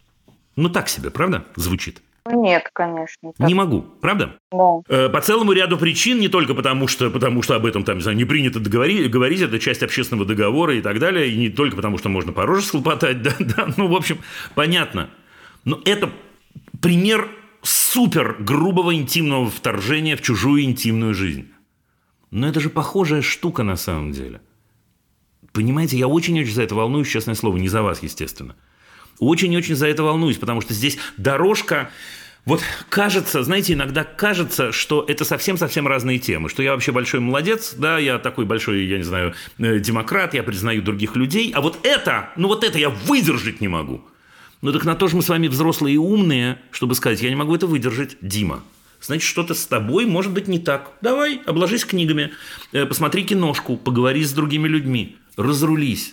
Так себе, правда, звучит? Нет, конечно. Не могу, правда? Да. По целому ряду причин, не только потому что об этом там, не принято говорить, это часть общественного договора и так далее, и не только потому, что можно по роже схлопотать, да, в общем, понятно. Но это пример супер грубого интимного вторжения в чужую интимную жизнь. Но это же похожая штука на самом деле. Понимаете, я очень-очень за это волнуюсь, честное слово, не за вас, естественно. Очень-очень за это волнуюсь, потому что здесь дорожка... Вот кажется, знаете, иногда кажется, что это совсем-совсем разные темы, что я вообще большой молодец, да, я такой большой, я не знаю, демократ, я признаю других людей, а вот это я выдержать не могу. Так на то же мы с вами взрослые и умные, чтобы сказать, я не могу это выдержать, Дима. Значит, что-то с тобой может быть не так. Давай, обложись книгами, посмотри киношку, поговори с другими людьми, разрулись.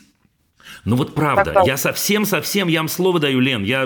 Правда, я совсем, я вам слово даю, Лен, я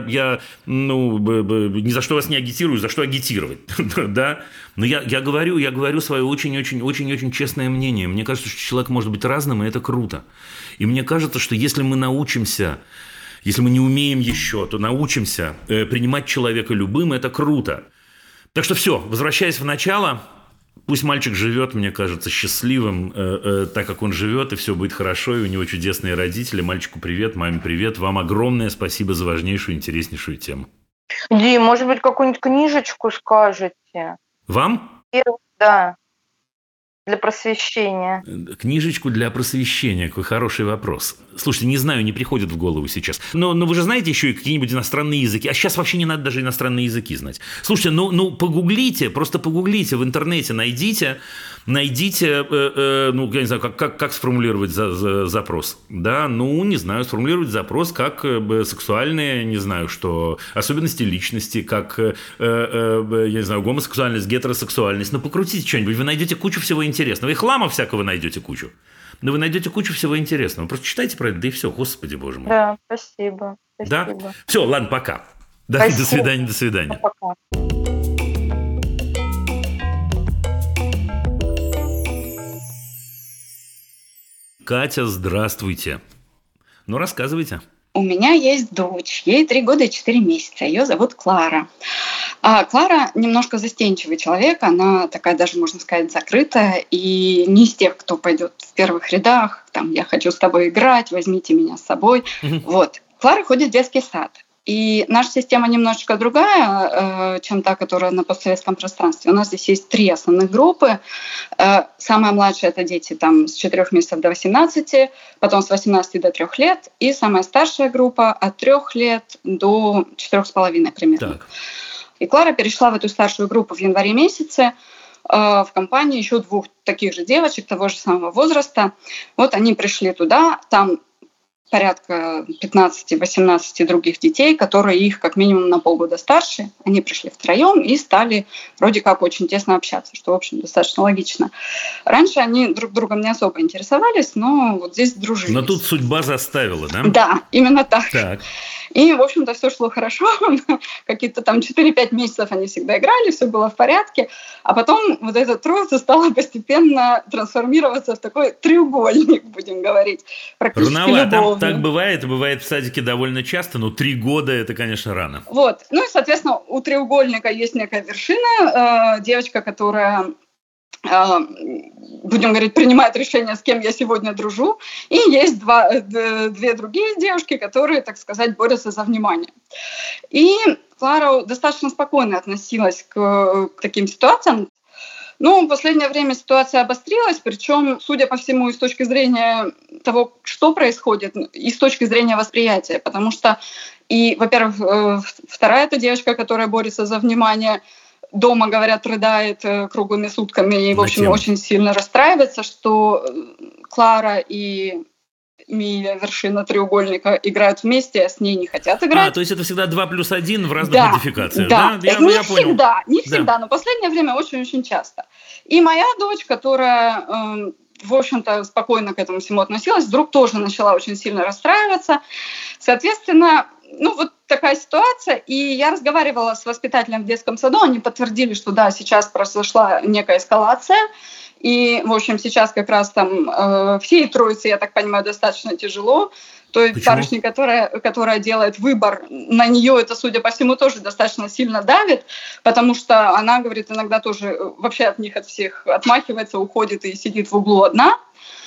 ни за что вас не агитирую, за что агитировать, да? Но я говорю свое очень-очень честное мнение. Мне кажется, что человек может быть разным, и это круто. И мне кажется, что если мы научимся, если мы не умеем еще, то научимся принимать человека любым, это круто. Так что все, возвращаясь в начало, Пусть мальчик живет, мне кажется, счастливым, так как он живет, и все будет хорошо, и у него чудесные родители. Мальчику привет, маме привет. Вам огромное спасибо за важнейшую, интереснейшую тему. Дим, может быть, какую-нибудь книжечку скажете? Вам? Да. Для просвещения. Книжечку для просвещения. Какой хороший вопрос. Слушайте, не знаю, не приходит в голову сейчас. Но вы же знаете еще и какие-нибудь иностранные языки. А сейчас вообще не надо даже иностранные языки знать. Слушайте, погуглите, просто погуглите в интернете, найдите, я не знаю, как сформулировать запрос. Да, не знаю, сформулировать запрос как сексуальные, не знаю, что, особенности личности, как, я не знаю, гомосексуальность, гетеросексуальность. Покрутите что-нибудь, вы найдете кучу всего интересного. И хлама всякого найдете кучу. Но вы найдете кучу всего интересного. Просто читайте про это, да и все, господи боже мой. Да, спасибо. Да? Все, ладно, пока. Да, до свидания. Пока. Катя, здравствуйте. Рассказывайте. У меня есть дочь, ей 3 года и 4 месяца, ее зовут Клара. Клара немножко застенчивый человек, она такая даже, можно сказать, закрытая, и не из тех, кто пойдет в первых рядах, там, я хочу с тобой играть, возьмите меня с собой. Вот. Клара ходит в детский сад. И наша система немножечко другая, чем та, которая на постсоветском пространстве. У нас здесь есть 3 основных группы. Самая младшая – это дети там, с 4 месяцев до 18, потом с 18 до 3 лет. И самая старшая группа от 3 лет до 4,5 примерно. Так. И Клара перешла в эту старшую группу в январе месяце в компании еще 2 таких же девочек того же самого возраста. Вот они пришли туда, там порядка 15-18 других детей, которые их как минимум на полгода старше. Они пришли втроем и стали вроде как очень тесно общаться, что, в общем, достаточно логично. Раньше они друг другом не особо интересовались, но вот здесь дружили. Но тут судьба заставила, да? Да, именно так. Так. И, в общем-то, все шло хорошо. Какие-то там 4-5 месяцев они всегда играли, все было в порядке. А потом вот эта троица стала постепенно трансформироваться в такой треугольник, будем говорить. Практически любовный. Так бывает в садике довольно часто, но 3 года – это, конечно, рано. Вот. И, соответственно, у треугольника есть некая вершина, девочка, которая, будем говорить, принимает решение, с кем я сегодня дружу, и есть 2 другие девушки, которые, так сказать, борются за внимание. И Клара достаточно спокойно относилась к таким ситуациям. В последнее время ситуация обострилась, причем, судя по всему, и с точки зрения того, что происходит, и с точки зрения восприятия. Потому что, во-первых, вторая эта девочка, которая борется за внимание, дома, говорят, рыдает круглыми сутками и, в общем, очень сильно расстраивается, что Клара и Мия, вершина треугольника, играют вместе, а с ней не хотят играть. То есть это всегда 2+1 в разных модификациях, да? Я понял. Не всегда, но в последнее время очень-очень часто. И моя дочь, которая, в общем-то, спокойно к этому всему относилась, вдруг тоже начала очень сильно расстраиваться. Соответственно, вот такая ситуация. И я разговаривала с воспитателем в детском саду, они подтвердили, что да, сейчас произошла некая эскалация. И, в общем, сейчас как раз там всей троице, я так понимаю, достаточно тяжело. Той барышне, которая делает выбор, на нее это, судя по всему, тоже достаточно сильно давит, потому что она, говорит, иногда тоже вообще от них, от всех отмахивается, уходит и сидит в углу одна.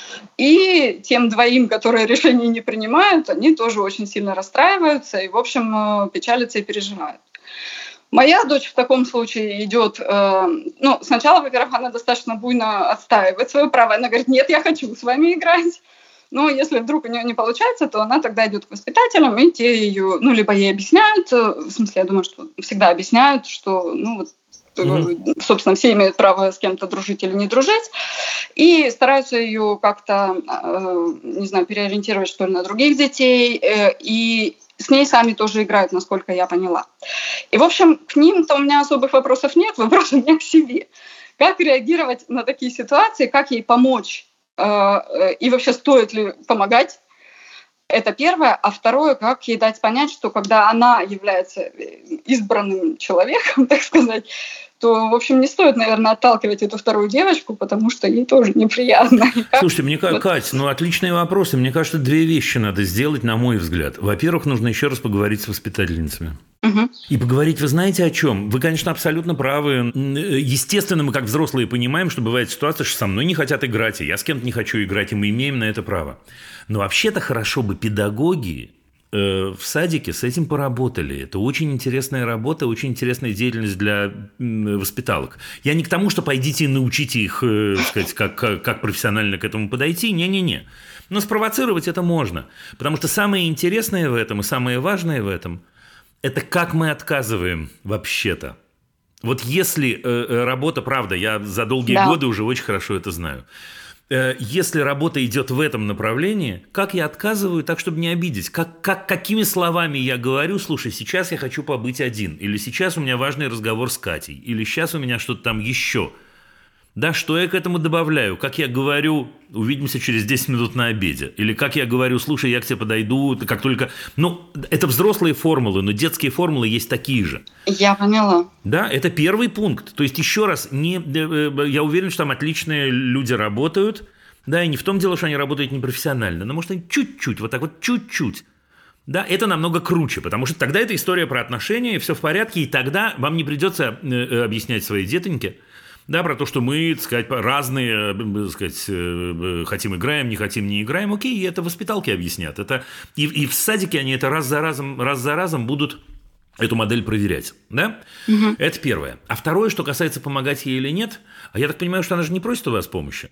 И тем 2, которые решений не принимают, они тоже очень сильно расстраиваются и, в общем, печалятся и переживают. Моя дочь в таком случае идет, сначала, во-первых, она достаточно буйно отстаивает свое право. Она говорит, нет, я хочу с вами играть. Но если вдруг у нее не получается, то она тогда идет к воспитателям, и те ее, либо ей объясняют, в смысле, я думаю, что всегда объясняют, что, собственно, все имеют право с кем-то дружить или не дружить, и стараются ее как-то, переориентировать, что ли, на других детей, и с ней сами тоже играют, насколько я поняла. И, в общем, к ним-то у меня особых вопросов нет, вопросы у меня к себе. Как реагировать на такие ситуации, как ей помочь, и вообще стоит ли помогать? Это первое. А второе, как ей дать понять, что когда она является избранным человеком, так сказать, то, в общем, не стоит, наверное, отталкивать эту вторую девочку, потому что ей тоже неприятно. Слушайте, мне кажется, Кать, отличные вопросы. Мне кажется, две вещи надо сделать, на мой взгляд. Во-первых, нужно еще раз поговорить с воспитательницами. Угу. И поговорить, вы знаете, о чем? Вы, конечно, абсолютно правы. Естественно, мы как взрослые понимаем, что бывает ситуация, что со мной не хотят играть, и я с кем-то не хочу играть, и мы имеем на это право. Но вообще-то хорошо бы педагоги в садике с этим поработали. Это очень интересная работа, очень интересная деятельность для воспиталок. Я не к тому, что пойдите и научите их, сказать, как профессионально к этому подойти. Не-не-не. Но спровоцировать это можно. Потому что самое интересное в этом и самое важное в этом – это как мы отказываем вообще-то. Вот если работа, правда, я за долгие годы уже очень хорошо это знаю. Если работа идет в этом направлении, как я отказываю так, чтобы не обидеть? Какими словами я говорю: слушай, сейчас я хочу побыть один, или сейчас у меня важный разговор с Катей, или сейчас у меня что-то там еще. Да, что я к этому добавляю? Как я говорю: увидимся через 10 минут на обеде? Или как я говорю: слушай, я к тебе подойду, как только... это взрослые формулы, но детские формулы есть такие же. Я поняла. Да, это первый пункт. То есть, еще раз, я уверен, что там отличные люди работают. Да, и не в том дело, что они работают непрофессионально, но, может, они чуть-чуть, вот так вот чуть-чуть. Да, это намного круче, потому что тогда это история про отношения, и все в порядке, и тогда вам не придется объяснять своей детоньке, да, про то, что мы, так сказать, разные, так сказать, хотим играем, не хотим не играем. Окей, и это воспиталки объяснят. Это, и в садике они это раз за разом будут эту модель проверять. Да? Угу. Это первое. А второе, что касается, помогать ей или нет, а я так понимаю, что она же не просит у вас помощи.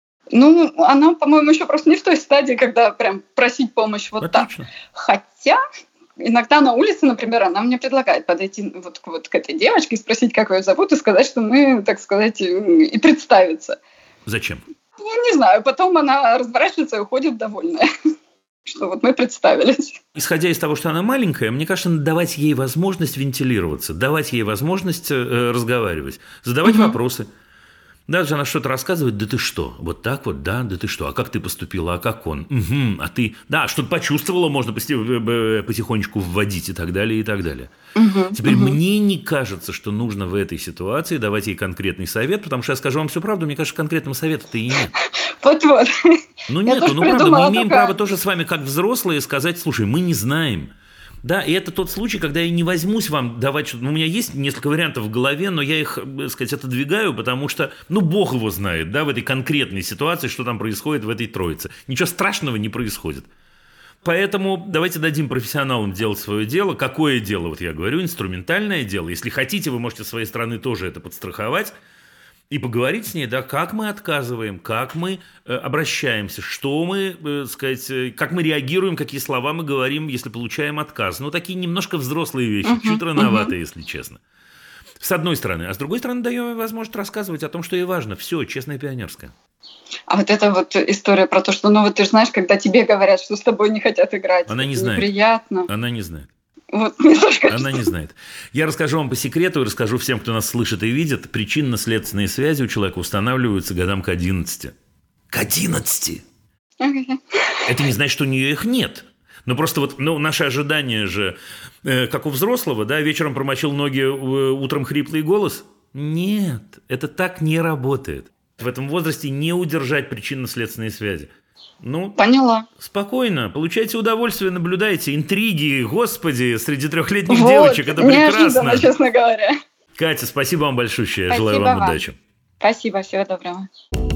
Она, по-моему, еще просто не в той стадии, когда прям просить помощь вот Отлично. Так. Хотя... Иногда на улице, например, она мне предлагает подойти вот к этой девочке и спросить, как ее зовут, и сказать, что мы, так сказать, и представиться. Зачем? Не знаю. Потом она разворачивается и уходит довольная, что вот мы представились. Исходя из того, что она маленькая, мне кажется, надо давать ей возможность вентилироваться, давать ей возможность разговаривать, задавать вопросы. Даже она что-то рассказывает: да ты что, вот так вот, да ты что, а как ты поступила, а как он, а ты, да, что-то почувствовала, можно потихонечку вводить и так далее, и так далее. Теперь мне не кажется, что нужно в этой ситуации давать ей конкретный совет, потому что я скажу вам всю правду, мне кажется, конкретного совета-то и нет. Вот-вот. Правда, мы имеем право тоже с вами, как взрослые, сказать: слушай, мы не знаем. Да, и это тот случай, когда я не возьмусь вам давать что-то. У меня есть несколько вариантов в голове, но я их, так сказать, отодвигаю, потому что, Бог его знает, да, в этой конкретной ситуации, что там происходит в этой троице. Ничего страшного не происходит. Поэтому давайте дадим профессионалам делать свое дело. Какое дело? Вот я говорю, инструментальное дело. Если хотите, вы можете с своей стороны тоже это подстраховать. И поговорить с ней, да, как мы отказываем, как мы обращаемся, что мы, сказать, как мы реагируем, какие слова мы говорим, если получаем отказ. Такие немножко взрослые вещи, чуть рановато, если честно. С одной стороны. А с другой стороны, даем ей возможность рассказывать о том, что ей важно. Все, честное пионерское. А вот эта вот история про то, что, ты же знаешь, когда тебе говорят, что с тобой не хотят играть, она не знает. Неприятно. Она не знает. Она не знает. Я расскажу вам по секрету и расскажу всем, кто нас слышит и видит. Причинно-следственные связи у человека устанавливаются годам к 11. К 11! Это не значит, что у нее их нет. Но просто наши ожидания же, как у взрослого, да, вечером промочил ноги, утром хриплый голос. Нет, это так не работает. В этом возрасте не удержать причинно-следственные связи. Поняла. Спокойно, получайте удовольствие, наблюдайте. Интриги, господи, среди трехлетних девочек, это прекрасно. Честно говоря. Катя, спасибо вам большое, я желаю вам удачи. Спасибо, всего доброго.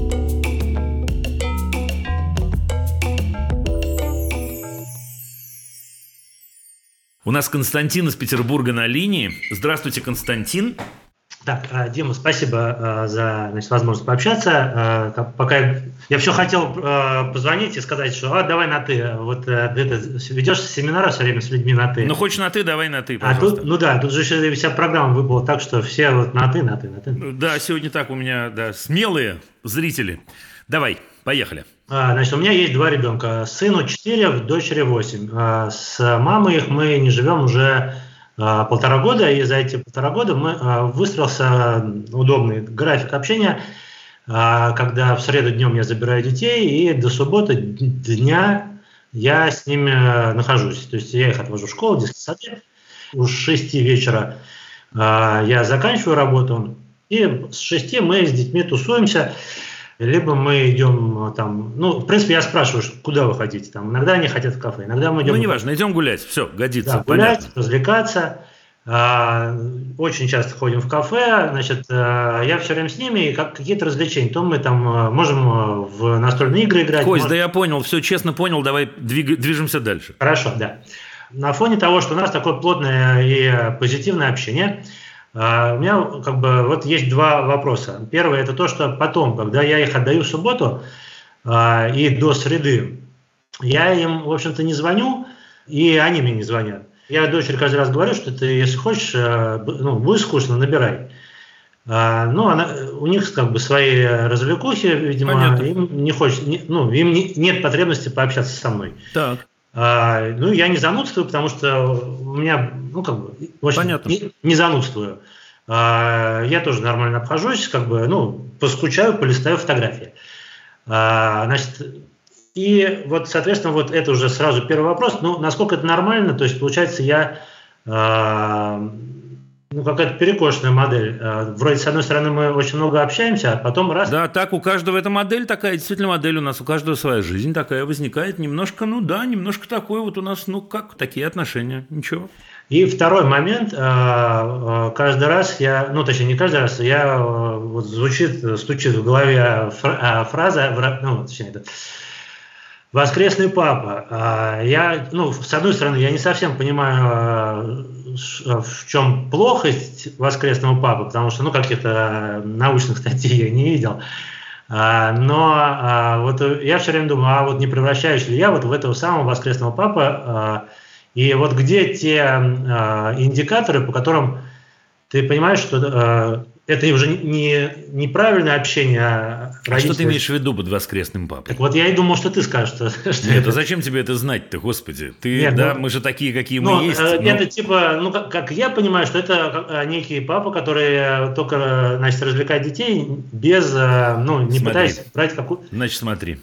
У нас Константин из Петербурга на линии. Здравствуйте, Константин. Так, Дима, спасибо за возможность пообщаться. Пока я все хотел позвонить и сказать, что давай на «ты». Вот ты ведешь семинары все время с людьми на «ты». Хочешь на «ты», давай на «ты», пожалуйста. Тут же еще вся программа выпала так, что все на «ты». Да, сегодня так у меня, смелые зрители. Давай, поехали. Значит, у меня есть 2 ребенка. Сыну 4, дочери 8. С мамой их мы не живем уже 1,5 года, и за эти 1,5 года выстроился удобный график общения, когда в среду днем я забираю детей, и до субботы дня я с ними нахожусь. То есть я их отвожу в школу, в детский сад. Уж с 6 вечера я заканчиваю работу, и с 6 мы с детьми тусуемся, либо мы идем там, в принципе, я спрашиваю, куда вы хотите, там, иногда они хотят в кафе, иногда мы идем... неважно, идем гулять, все, годится, да, гулять, развлекаться. Очень часто ходим в кафе, значит, я все время с ними, и какие-то развлечения. То мы там можем в настольные игры играть. Кость, да я понял, все честно понял, давай движемся дальше. Хорошо, да. На фоне того, что у нас такое плотное и позитивное общение, у меня вот есть два вопроса. Первый – это то, что потом, когда я их отдаю в субботу и до среды, я им, в общем-то, не звоню, и они мне не звонят. Я дочери каждый раз говорю, что ты, если хочешь, будет скучно, набирай. У них свои развлекухи, видимо, понятно. Им не хочется, им нет потребности пообщаться со мной. Так. Я не занудствую, потому что у меня, очень не занудствую. Я тоже нормально обхожусь, поскучаю, полистаю фотографии. Значит, и вот, соответственно, вот это уже сразу первый вопрос. Насколько это нормально? То есть, получается, я какая-то перекошенная модель. Вроде, с одной стороны, мы очень много общаемся, а потом раз... Да, так у каждого эта модель такая, действительно модель у нас, у каждого своя жизнь такая возникает. Немножко, немножко такой вот у нас, такие отношения, ничего. И второй момент, каждый раз точнее, не каждый раз, стучит в голове фраза, «Воскресный папа». Я, с одной стороны, я не совсем понимаю, в чем плохость воскресного папы, потому что, каких-то научных статей я не видел. Но вот я все время думаю, не превращаюсь ли я вот в этого самого воскресного папы, и вот где те индикаторы, по которым ты понимаешь, что это уже неправильное общение. А что ты имеешь в виду под воскресным папой? Так вот я и думал, что ты скажешь. Что нет, а зачем тебе это знать-то, господи? Мы же такие, какие мы есть. Это как я понимаю, что это некий папа, который только, развлекает детей без, не пытаясь брать какую-то... Значит, смотри.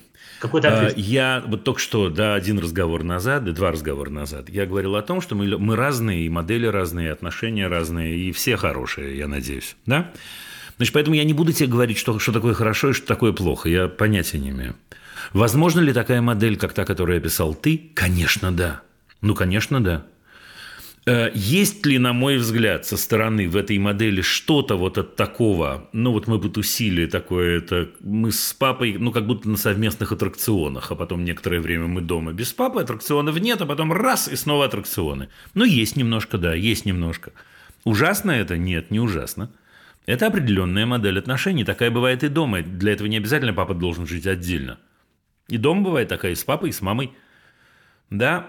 Я вот только что, два разговора назад, я говорил о том, что мы разные, и модели разные, и отношения разные, и все хорошие, я надеюсь, да? Значит, поэтому я не буду тебе говорить, что такое хорошо и что такое плохо, я понятия не имею. Возможно ли такая модель, как та, которую описал ты? Конечно, да. Конечно, да. Есть ли, на мой взгляд, со стороны в этой модели что-то вот от такого, мы потусили такое, мы с папой, как будто на совместных аттракционах, а потом некоторое время мы дома без папы, аттракционов нет, а потом раз и снова аттракционы. Есть немножко, да, есть немножко. Ужасно это? Нет, не ужасно. Это определенная модель отношений, такая бывает и дома. Для этого не обязательно папа должен жить отдельно. И дома бывает такая и с папой, и с мамой. Да,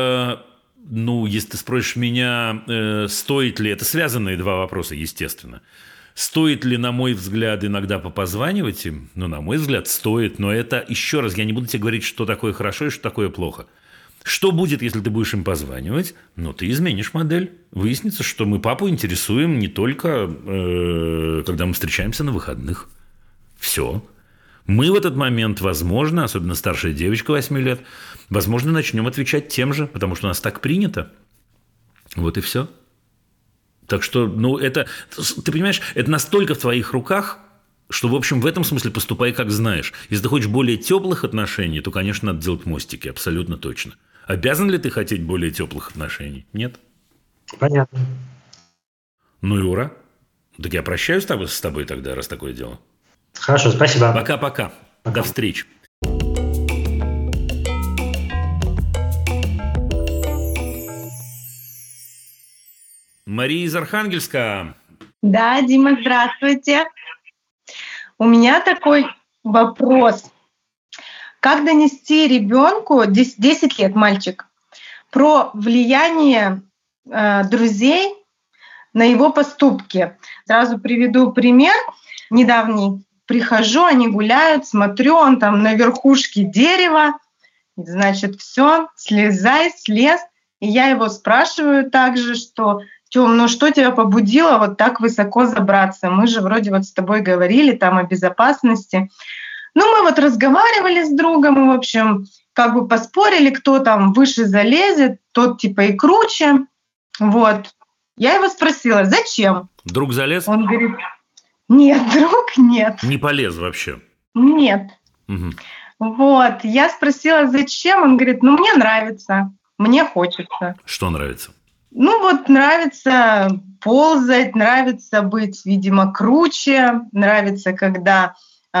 если ты спросишь меня, стоит ли... Это связанные два вопроса, естественно. Стоит ли, на мой взгляд, иногда попозванивать им? На мой взгляд, стоит. Но это, еще раз, я не буду тебе говорить, что такое хорошо и что такое плохо. Что будет, если ты будешь им позванивать? Ты изменишь модель. Выяснится, что мы папу интересуем не только, когда мы встречаемся на выходных. Все. Мы в этот момент, возможно, особенно старшая девочка 8 лет, возможно, начнем отвечать тем же, потому что у нас так принято. Вот и все. Так что, это, ты понимаешь, это настолько в твоих руках, что, в общем, в этом смысле поступай, как знаешь. Если ты хочешь более теплых отношений, то, конечно, надо делать мостики, абсолютно точно. Обязан ли ты хотеть более теплых отношений? Нет. Понятно. И ура. Так я прощаюсь с тобой тогда, раз такое дело. Хорошо, спасибо. Пока-пока. До встречи. Мария из Архангельска. Да, Дима, здравствуйте. У меня такой вопрос. Как донести ребенку, 10 лет мальчик, про влияние друзей на его поступки? Сразу приведу пример недавний. Прихожу, они гуляют, смотрю, он там на верхушке дерева, значит, все, слез. И я его спрашиваю также, что Тём, что тебя побудило вот так высоко забраться? Мы же вроде вот с тобой говорили там о безопасности. Мы вот разговаривали с другом, и, в общем, поспорили, кто там выше залезет, тот типа и круче. Вот. Я его спросила, зачем? Друг залез? Он говорит, нет, друг нет. Не полез вообще? Нет. Угу. Вот, я спросила, зачем? Он говорит, ну, мне нравится, мне хочется. Что нравится? Ну, вот нравится ползать, нравится быть, видимо, круче, нравится, когда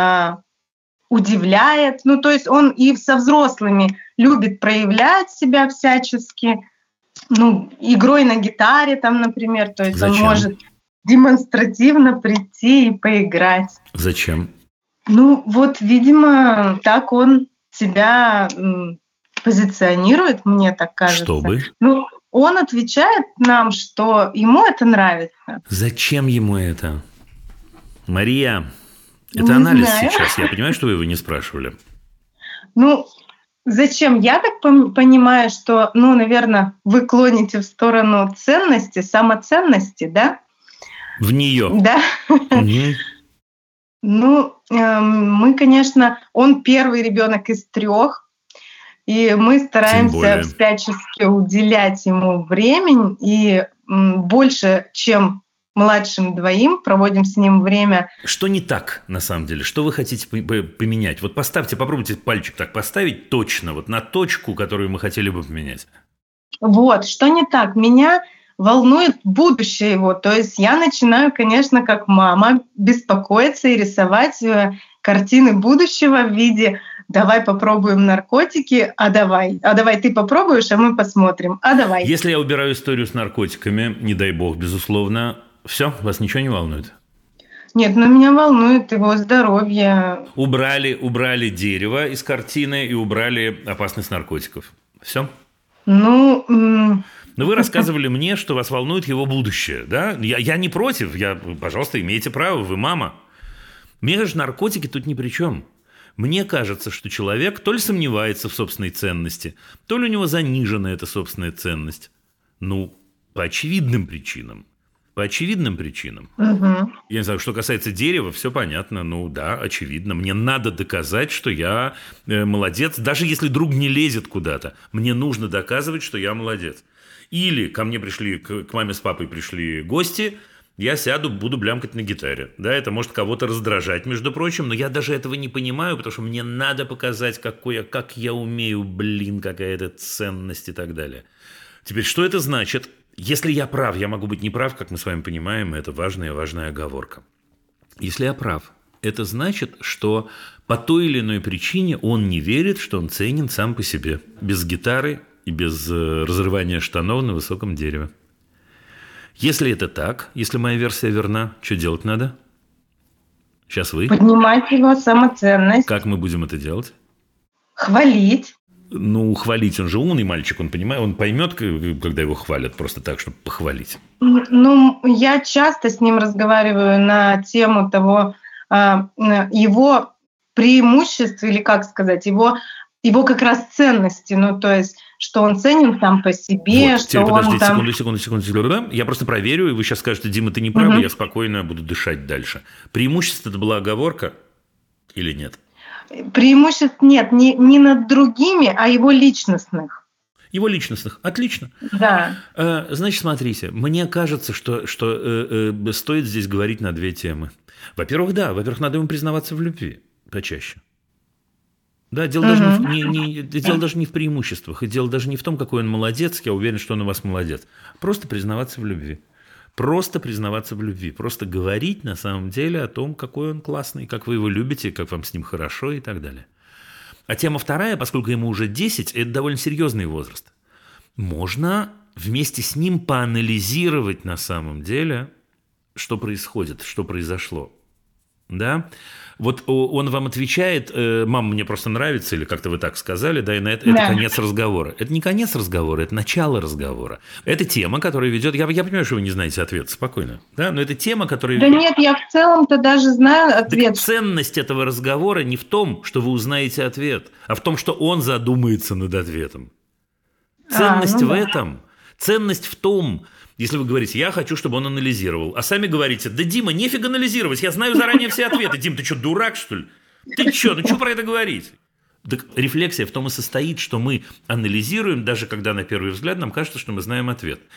удивляет. Ну, то есть он и со взрослыми любит проявлять себя всячески. Ну, игрой на гитаре там, например. То есть Зачем? Он может демонстративно прийти и поиграть. Зачем? Ну, вот, видимо, так он себя позиционирует, мне так кажется. Чтобы? Ну, он отвечает нам, что ему это нравится. Зачем ему это? Мария, это Не анализ знаю. сейчас. Я понимаю, что вы его не спрашивали. Ну, зачем? Я так понимаю, что, ну, наверное, вы клоните в сторону ценности, самоценности, да? В нее. Да. Угу. Ну, мы, конечно, он первый ребенок из 3, и мы стараемся всячески уделять ему время, и больше, чем младшим 2, проводим с ним время. Что не так, на самом деле? Что вы хотите поменять? Вот поставьте, попробуйте пальчик так поставить точно, вот на точку, которую мы хотели бы поменять. Вот, что не так? Меня волнует будущее его. То есть я начинаю, конечно, как мама, беспокоиться и рисовать картины будущего в виде «давай попробуем наркотики, а давай ты попробуешь, а мы посмотрим, а давай». Если я убираю историю с наркотиками, не дай бог, безусловно, все, вас ничего не волнует? Нет, но меня волнует его здоровье. Убрали дерево из картины и убрали опасность наркотиков. Все? Ну... Но вы рассказывали мне, что вас волнует его будущее, да? Я не против, пожалуйста, имеете право, вы мама. Мне кажется, наркотики тут ни при чем. Мне кажется, что человек то ли сомневается в собственной ценности, то ли у него занижена эта собственная ценность. Ну, по очевидным причинам. По очевидным причинам. Угу. Я не знаю, что касается дерева, все понятно. Ну да, очевидно. Мне надо доказать, что я молодец. Даже если друг не лезет куда-то, мне нужно доказывать, что я молодец. Или ко мне пришли, к маме с папой пришли гости, я сяду, буду блямкать на гитаре. Да, это может кого-то раздражать, между прочим, но я даже этого не понимаю, потому что мне надо показать, как я умею, какая-то ценность и так далее. Теперь, что это значит? Если я прав, я могу быть неправ, как мы с вами понимаем, это важная оговорка. Если я прав, это значит, что по той или иной причине он не верит, что он ценен сам по себе, без гитары и без разрывания штанов на высоком дереве. Если это так, если моя версия верна, что делать надо? Сейчас вы. Поднимать его самоценность. Как мы будем это делать? Хвалить. Ну, хвалить, он же умный мальчик, он понимает, он поймет, когда его хвалят, просто так, чтобы похвалить. Ну, я часто с ним разговариваю на тему того, его преимуществ, или как сказать, его как раз ценности, ну, то есть, что он ценен сам по себе, вот, что теперь, он подождите, секунду. Я просто проверю, и вы сейчас скажете, Дима, ты не прав, я спокойно буду дышать дальше. Преимущество – это была оговорка или нет? Преимуществ нет, не над другими, а его личностных. Его личностных. Отлично. Да. Значит, смотрите, мне кажется, что стоит здесь говорить на 2 темы. Во-первых, надо ему признаваться в любви почаще. Да, дело даже не в преимуществах, и дело даже не в том, какой он молодец, я уверен, что он у вас молодец. Просто признаваться в любви. Просто признаваться в любви. Просто говорить на самом деле о том, какой он классный, как вы его любите, как вам с ним хорошо и так далее. А тема вторая, поскольку ему уже 10, это довольно серьезный возраст. Можно вместе с ним поанализировать на самом деле, что происходит, что произошло. Да? Вот он вам отвечает, мама, мне просто нравится, или как-то вы так сказали, да, и на это конец разговора. Это не конец разговора, это начало разговора. Это тема, которая ведет. Я понимаю, что вы не знаете ответ, спокойно, да, но это тема, которая. Да нет, я в целом-то даже знаю ответ. Так ценность этого разговора не в том, что вы узнаете ответ, а в том, что он задумается над ответом. Ценность в этом. Ценность в том. Если вы говорите, я хочу, чтобы он анализировал, а сами говорите, да, Дима, нефиг анализировать, я знаю заранее все ответы. Дим, ты что, дурак, что ли? Ты что, ну что про это говорить? Так рефлексия в том и состоит, что мы анализируем, даже когда на первый взгляд нам кажется, что мы знаем ответ.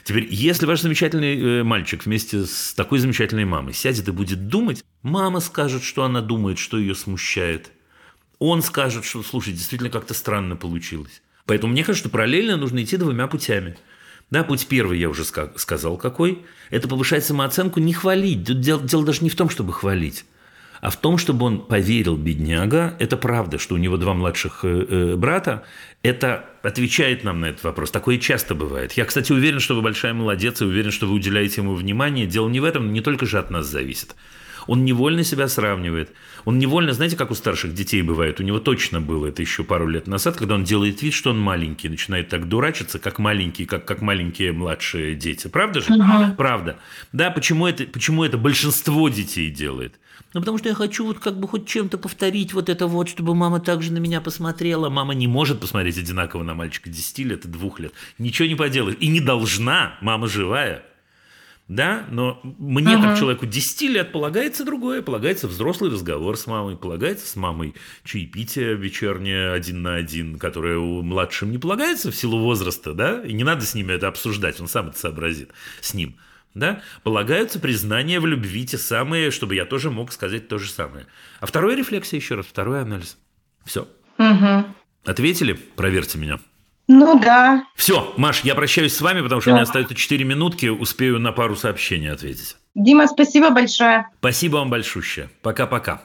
Теперь, если ваш замечательный мальчик вместе с такой замечательной мамой сядет и будет думать, мама скажет, что она думает, что ее смущает. Он скажет, что, слушай, действительно как-то странно получилось. Поэтому мне кажется, что параллельно нужно идти двумя путями. Да, путь первый, я уже сказал, какой. Это повышать самооценку, не хвалить. Дело даже не в том, чтобы хвалить, а в том, чтобы он поверил, бедняга. Это правда, что у него 2 младших брата. Это отвечает нам на этот вопрос. Такое часто бывает. Я, кстати, уверен, что вы большая молодец, и уверен, что вы уделяете ему внимание. Дело не в этом, не только же от нас зависит. Он невольно себя сравнивает. Он невольно, знаете, как у старших детей бывает, у него точно было это еще пару лет назад, когда он делает вид, что он маленький, начинает так дурачиться, как маленькие, как маленькие младшие дети. Правда же? Правда. Да, почему это большинство детей делает? Ну, потому что я хочу вот как бы хоть чем-то повторить вот это вот, чтобы мама также на меня посмотрела. Мама не может посмотреть одинаково на мальчика 10 лет и 2 лет. Ничего не поделаешь. И не должна. Мама живая. Да, но мне, как человеку 10 лет, полагается другое. Полагается взрослый разговор с мамой, полагается с мамой чаепитие вечернее 1 на 1, которое у младшим не полагается в силу возраста, да, и не надо с ними это обсуждать, он сам это сообразит с ним. Да? Полагаются признания в любви те самые, чтобы я тоже мог сказать то же самое. А вторая рефлексия, еще раз, второй анализ. Все. Ответили? Проверьте меня. Ну да. Все, Маш, я прощаюсь с вами, потому что у меня остается 4 минутки, успею на пару сообщений ответить. Дима, спасибо большое. Спасибо вам большущее. Пока-пока.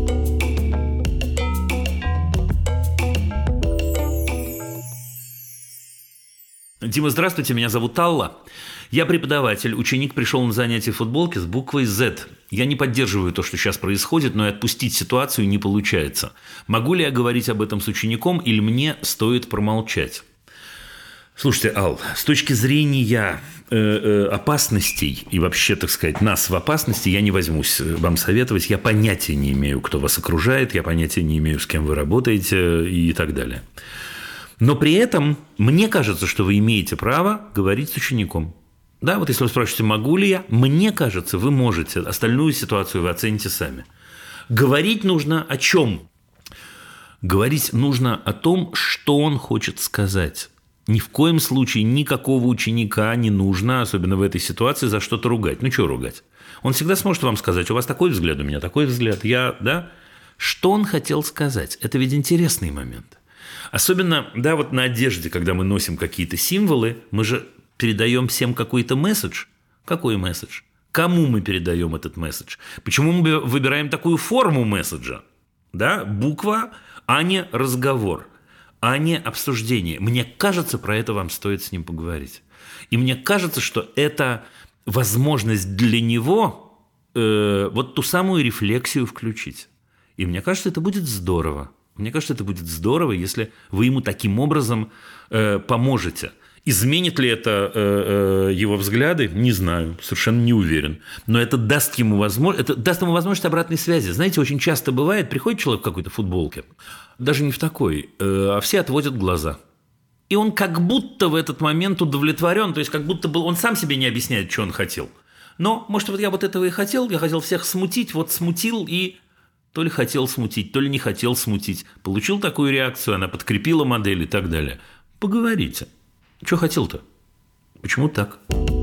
Дима, здравствуйте, меня зовут Алла. Я преподаватель, ученик пришел на занятие футболки с буквой Z. Я не поддерживаю то, что сейчас происходит, но и отпустить ситуацию не получается. Могу ли я говорить об этом с учеником или мне стоит промолчать? Слушайте, Ал, с точки зрения опасностей и вообще, так сказать, нас в опасности, я не возьмусь вам советовать. Я понятия не имею, кто вас окружает, я понятия не имею, с кем вы работаете и так далее. Но при этом мне кажется, что вы имеете право говорить с учеником. Да, вот если вы спрашиваете, могу ли я, мне кажется, вы можете. Остальную ситуацию вы оцените сами. Говорить нужно о чем? Говорить нужно о том, что он хочет сказать. Ни в коем случае никакого ученика не нужно, особенно в этой ситуации, за что-то ругать. Ну, что ругать? Он всегда сможет вам сказать, у вас такой взгляд, у меня такой взгляд. Да? Что он хотел сказать? Это ведь интересный момент. Особенно, да, вот на одежде, когда мы носим какие-то символы, мы же передаем всем какой-то месседж. Какой месседж? Кому мы передаем этот месседж? Почему мы выбираем такую форму месседжа? Да? Буква, а не разговор, а не обсуждение. Мне кажется, про это вам стоит с ним поговорить. И мне кажется, что это возможность для него вот ту самую рефлексию включить. И мне кажется, это будет здорово. Мне кажется, это будет здорово, если вы ему таким образом поможете. Изменит ли это его взгляды? Не знаю, совершенно не уверен. Но это даст ему возможность обратной связи. Знаете, очень часто бывает, приходит человек в какой-то футболке, даже не в такой, а все отводят глаза. И он как будто в этот момент удовлетворен, то есть как будто бы он сам себе не объясняет, что он хотел. Но, может, вот я вот этого и хотел, я хотел всех смутить, вот смутил и... То ли хотел смутить, то ли не хотел смутить. Получил такую реакцию, она подкрепила модель и так далее. Поговорите. Что хотел-то? Почему так?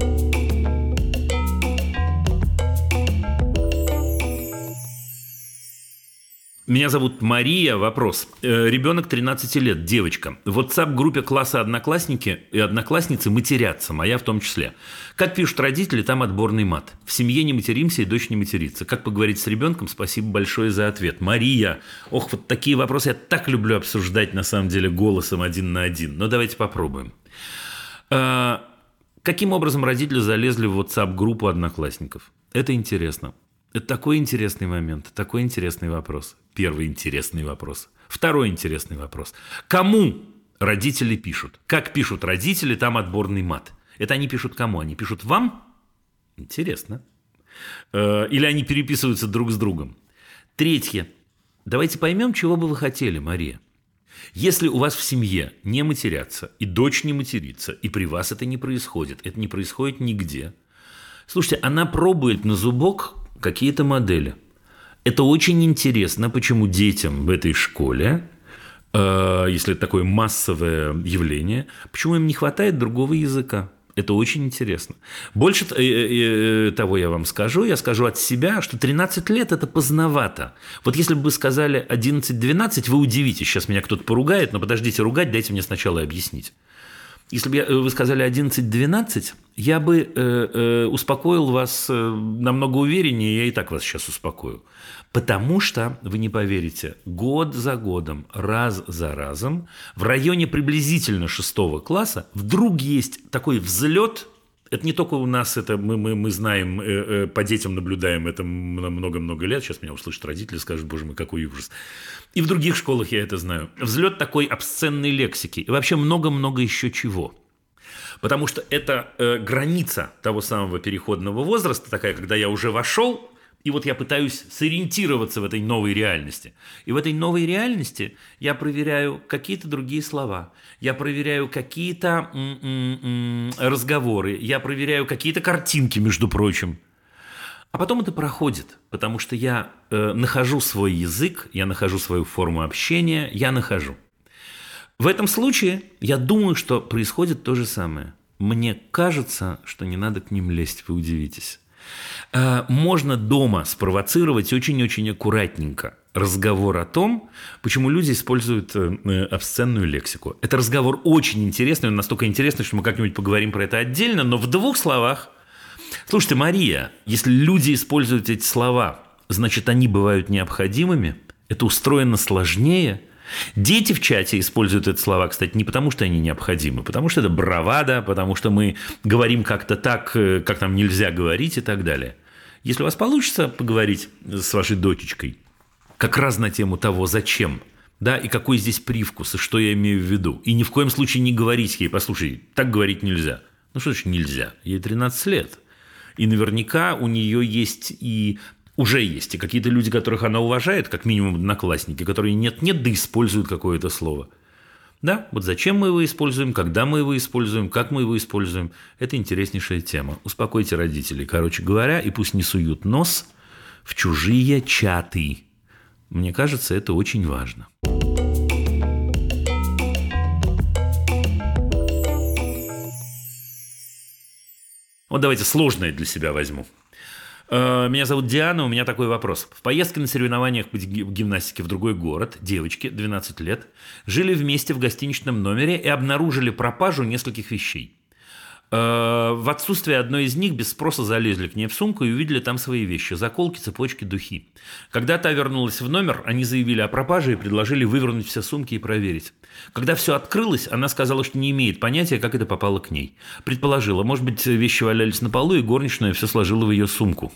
Меня зовут Мария. Вопрос. Ребенок 13 лет, девочка. В WhatsApp-группе класса одноклассники и одноклассницы матерятся, моя в том числе. Как пишут родители, там отборный мат. В семье не материмся и дочь не матерится. Как поговорить с ребенком? Спасибо большое за ответ. Мария. Ох, вот такие вопросы я так люблю обсуждать, на самом деле, голосом 1 на 1. Но давайте попробуем. Каким образом родители залезли в WhatsApp-группу одноклассников? Это интересно. Это такой интересный момент, такой интересный вопрос. Первый интересный вопрос. Второй интересный вопрос. Кому родители пишут? Как пишут родители, там отборный мат. Это они пишут кому? Они пишут вам? Интересно. Или они переписываются друг с другом? Третье. Давайте поймем, чего бы вы хотели, Мария. Если у вас в семье не матерятся, и дочь не матерится, и при вас это не происходит нигде. Слушайте, она пробует на зубок какие-то модели. Это очень интересно, почему детям в этой школе, если это такое массовое явление, почему им не хватает другого языка. это очень интересно. Больше того я вам скажу, я скажу от себя, что 13 лет – это поздновато. Вот если бы вы сказали 11-12, вы удивитесь. Сейчас меня кто-то поругает, но подождите ругать, дайте мне сначала объяснить. Если бы вы сказали 11-12, я бы успокоил вас намного увереннее, я и так вас сейчас успокою. Потому что, вы не поверите, год за годом, раз за разом, в районе приблизительно 6 класса вдруг есть такой взлет. Это не только у нас, это мы знаем, по детям наблюдаем это много-много лет. Сейчас меня услышат родители, скажут, боже мой, какой ужас. И в других школах я это знаю. Взлет такой обсценной лексики. И вообще много-много еще чего. Потому что это граница того самого переходного возраста, такая, когда я уже вошел, и вот я пытаюсь сориентироваться в этой новой реальности. И в этой новой реальности я проверяю какие-то другие слова, я проверяю какие-то разговоры, я проверяю какие-то картинки, между прочим. А потом это проходит, потому что я нахожу свой язык, я нахожу свою форму общения, я нахожу. В этом случае я думаю, что происходит то же самое. Мне кажется, что не надо к ним лезть, вы удивитесь. Можно дома спровоцировать очень-очень аккуратненько разговор о том, почему люди используют обсценную лексику. Это разговор очень интересный, он настолько интересный, что мы как-нибудь поговорим про это отдельно, но в 2 словах. Слушайте, Мария, если люди используют эти слова, значит, они бывают необходимыми, это устроено сложнее. Дети в чате используют эти слова, кстати, не потому, что они необходимы, потому что это бравада, потому что мы говорим как-то так, как нам нельзя говорить и так далее. Если у вас получится поговорить с вашей дочечкой как раз на тему того, зачем, да, и какой здесь привкус, и что я имею в виду, и ни в коем случае не говорить ей, послушай, так говорить нельзя. Ну что значит нельзя? Ей 13 лет. И наверняка у нее есть и... Уже есть и какие-то люди, которых она уважает, как минимум одноклассники, которые нет-нет, да используют какое-то слово. Да, вот зачем мы его используем, когда мы его используем, как мы его используем – это интереснейшая тема. Успокойте родителей, короче говоря, и пусть не суют нос в чужие чаты. Мне кажется, это очень важно. Вот давайте сложное для себя возьму. Меня зовут Диана, у меня такой вопрос. В поездке на соревнованиях по гимнастике в другой город девочки, 12 лет, жили вместе в гостиничном номере и обнаружили пропажу нескольких вещей. В отсутствие одной из них без спроса залезли к ней в сумку и увидели там свои вещи – заколки, цепочки, духи. Когда та вернулась в номер, они заявили о пропаже и предложили вывернуть все сумки и проверить. Когда все открылось, она сказала, что не имеет понятия, как это попало к ней. Предположила, может быть, вещи валялись на полу, и горничная все сложила в ее сумку.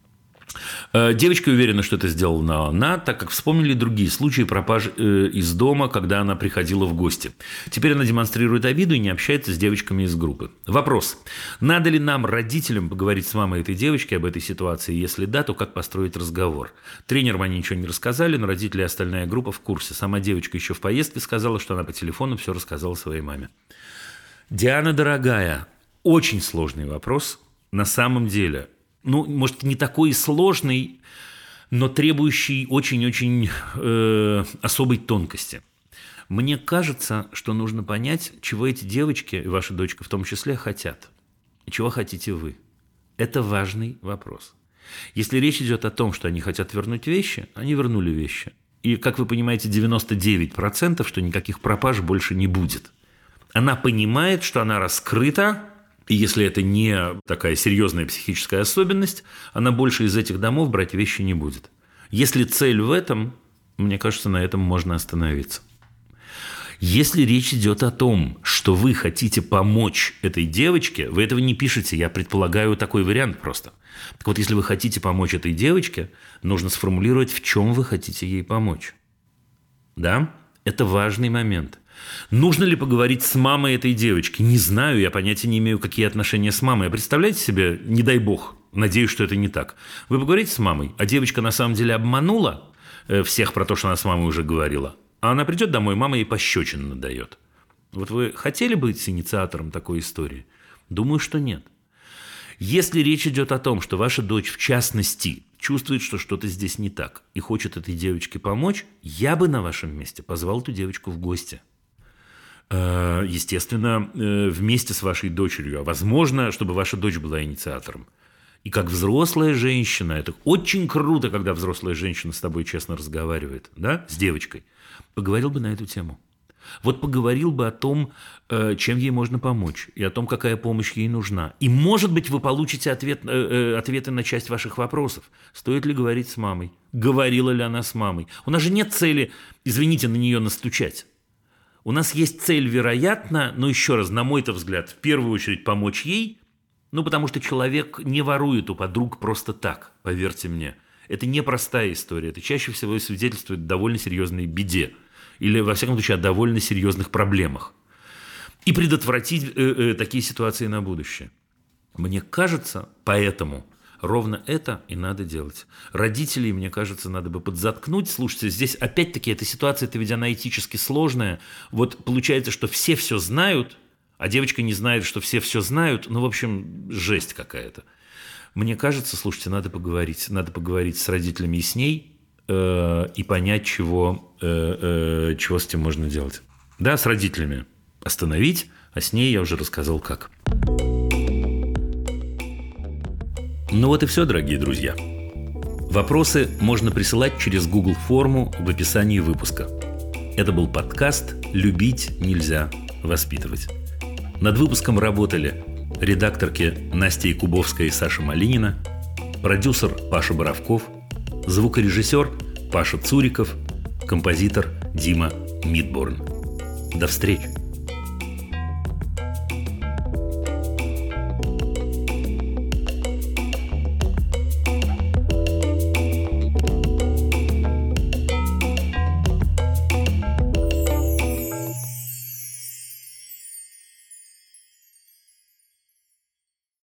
Девочка уверена, что это сделала она, так как вспомнили другие случаи пропаж из дома, когда она приходила в гости. Теперь она демонстрирует обиду и не общается с девочками из группы. Вопрос. Надо ли нам, родителям, поговорить с мамой этой девочки об этой ситуации? Если да, то как построить разговор? Тренерам они ничего не рассказали, но родители и остальная группа в курсе. Сама девочка еще в поездке сказала, что она по телефону все рассказала своей маме. Диана, дорогая, очень сложный вопрос. На самом деле... Ну, может, не такой сложный, но требующий очень-очень особой тонкости. Мне кажется, что нужно понять, чего эти девочки, и ваша дочка в том числе, хотят. И чего хотите вы. Это важный вопрос. Если речь идет о том, что они хотят вернуть вещи, они вернули вещи. И, как вы понимаете, 99%, что никаких пропаж больше не будет. Она понимает, что она раскрыта. И если это не такая серьезная психическая особенность, она больше из этих домов брать вещи не будет. Если цель в этом, мне кажется, на этом можно остановиться. Если речь идет о том, что вы хотите помочь этой девочке, вы этого не пишете, я предполагаю такой вариант просто. Так вот, если вы хотите помочь этой девочке, нужно сформулировать, в чем вы хотите ей помочь. Да? Это важный момент. Нужно ли поговорить с мамой этой девочки? Не знаю, я понятия не имею, какие отношения с мамой. А представляете себе, не дай бог, надеюсь, что это не так. Вы поговорите с мамой, а девочка на самом деле обманула всех про то, что она с мамой уже говорила. А она придет домой, мама ей пощечину надает. Вот вы хотели быть инициатором такой истории? Думаю, что нет. Если речь идет о том, что ваша дочь, в частности, чувствует, что что-то здесь не так, и хочет этой девочке помочь, я бы на вашем месте позвал эту девочку в гости. естественно, вместе с вашей дочерью. А возможно, чтобы ваша дочь была инициатором. И как взрослая женщина, это очень круто, когда взрослая женщина с тобой честно разговаривает, да, с девочкой, поговорил бы на эту тему. Вот поговорил бы о том, чем ей можно помочь, и о том, какая помощь ей нужна. И, может быть, вы получите ответы на часть ваших вопросов. Стоит ли говорить с мамой? Говорила ли она с мамой? У нас же нет цели, извините, на нее настучать. У нас есть цель, вероятно, но еще раз, на мой-то взгляд, в первую очередь помочь ей, потому что человек не ворует у подруг просто так, поверьте мне. Это непростая история, это чаще всего свидетельствует о довольно серьезной беде или, во всяком случае, о довольно серьезных проблемах. И предотвратить такие ситуации на будущее. Мне кажется, поэтому ровно это и надо делать. Родителей, мне кажется, надо бы подзаткнуть. Слушайте, здесь опять-таки эта ситуация-то ведь она этически сложная. Вот получается, что все знают, а девочка не знает, что все знают. В общем, жесть какая-то. Мне кажется, слушайте, надо поговорить с родителями и с ней, и понять, чего с этим можно делать. Да, с родителями остановить, а с ней я уже рассказал, как. Вот и все, дорогие друзья. Вопросы можно присылать через Google форму в описании выпуска. Это был подкаст «Любить нельзя воспитывать». Над выпуском работали редакторки Настя Якубовская и Саша Малинина, продюсер Паша Боровков, звукорежиссер Паша Цуриков, композитор Дима Мидборн. До встречи!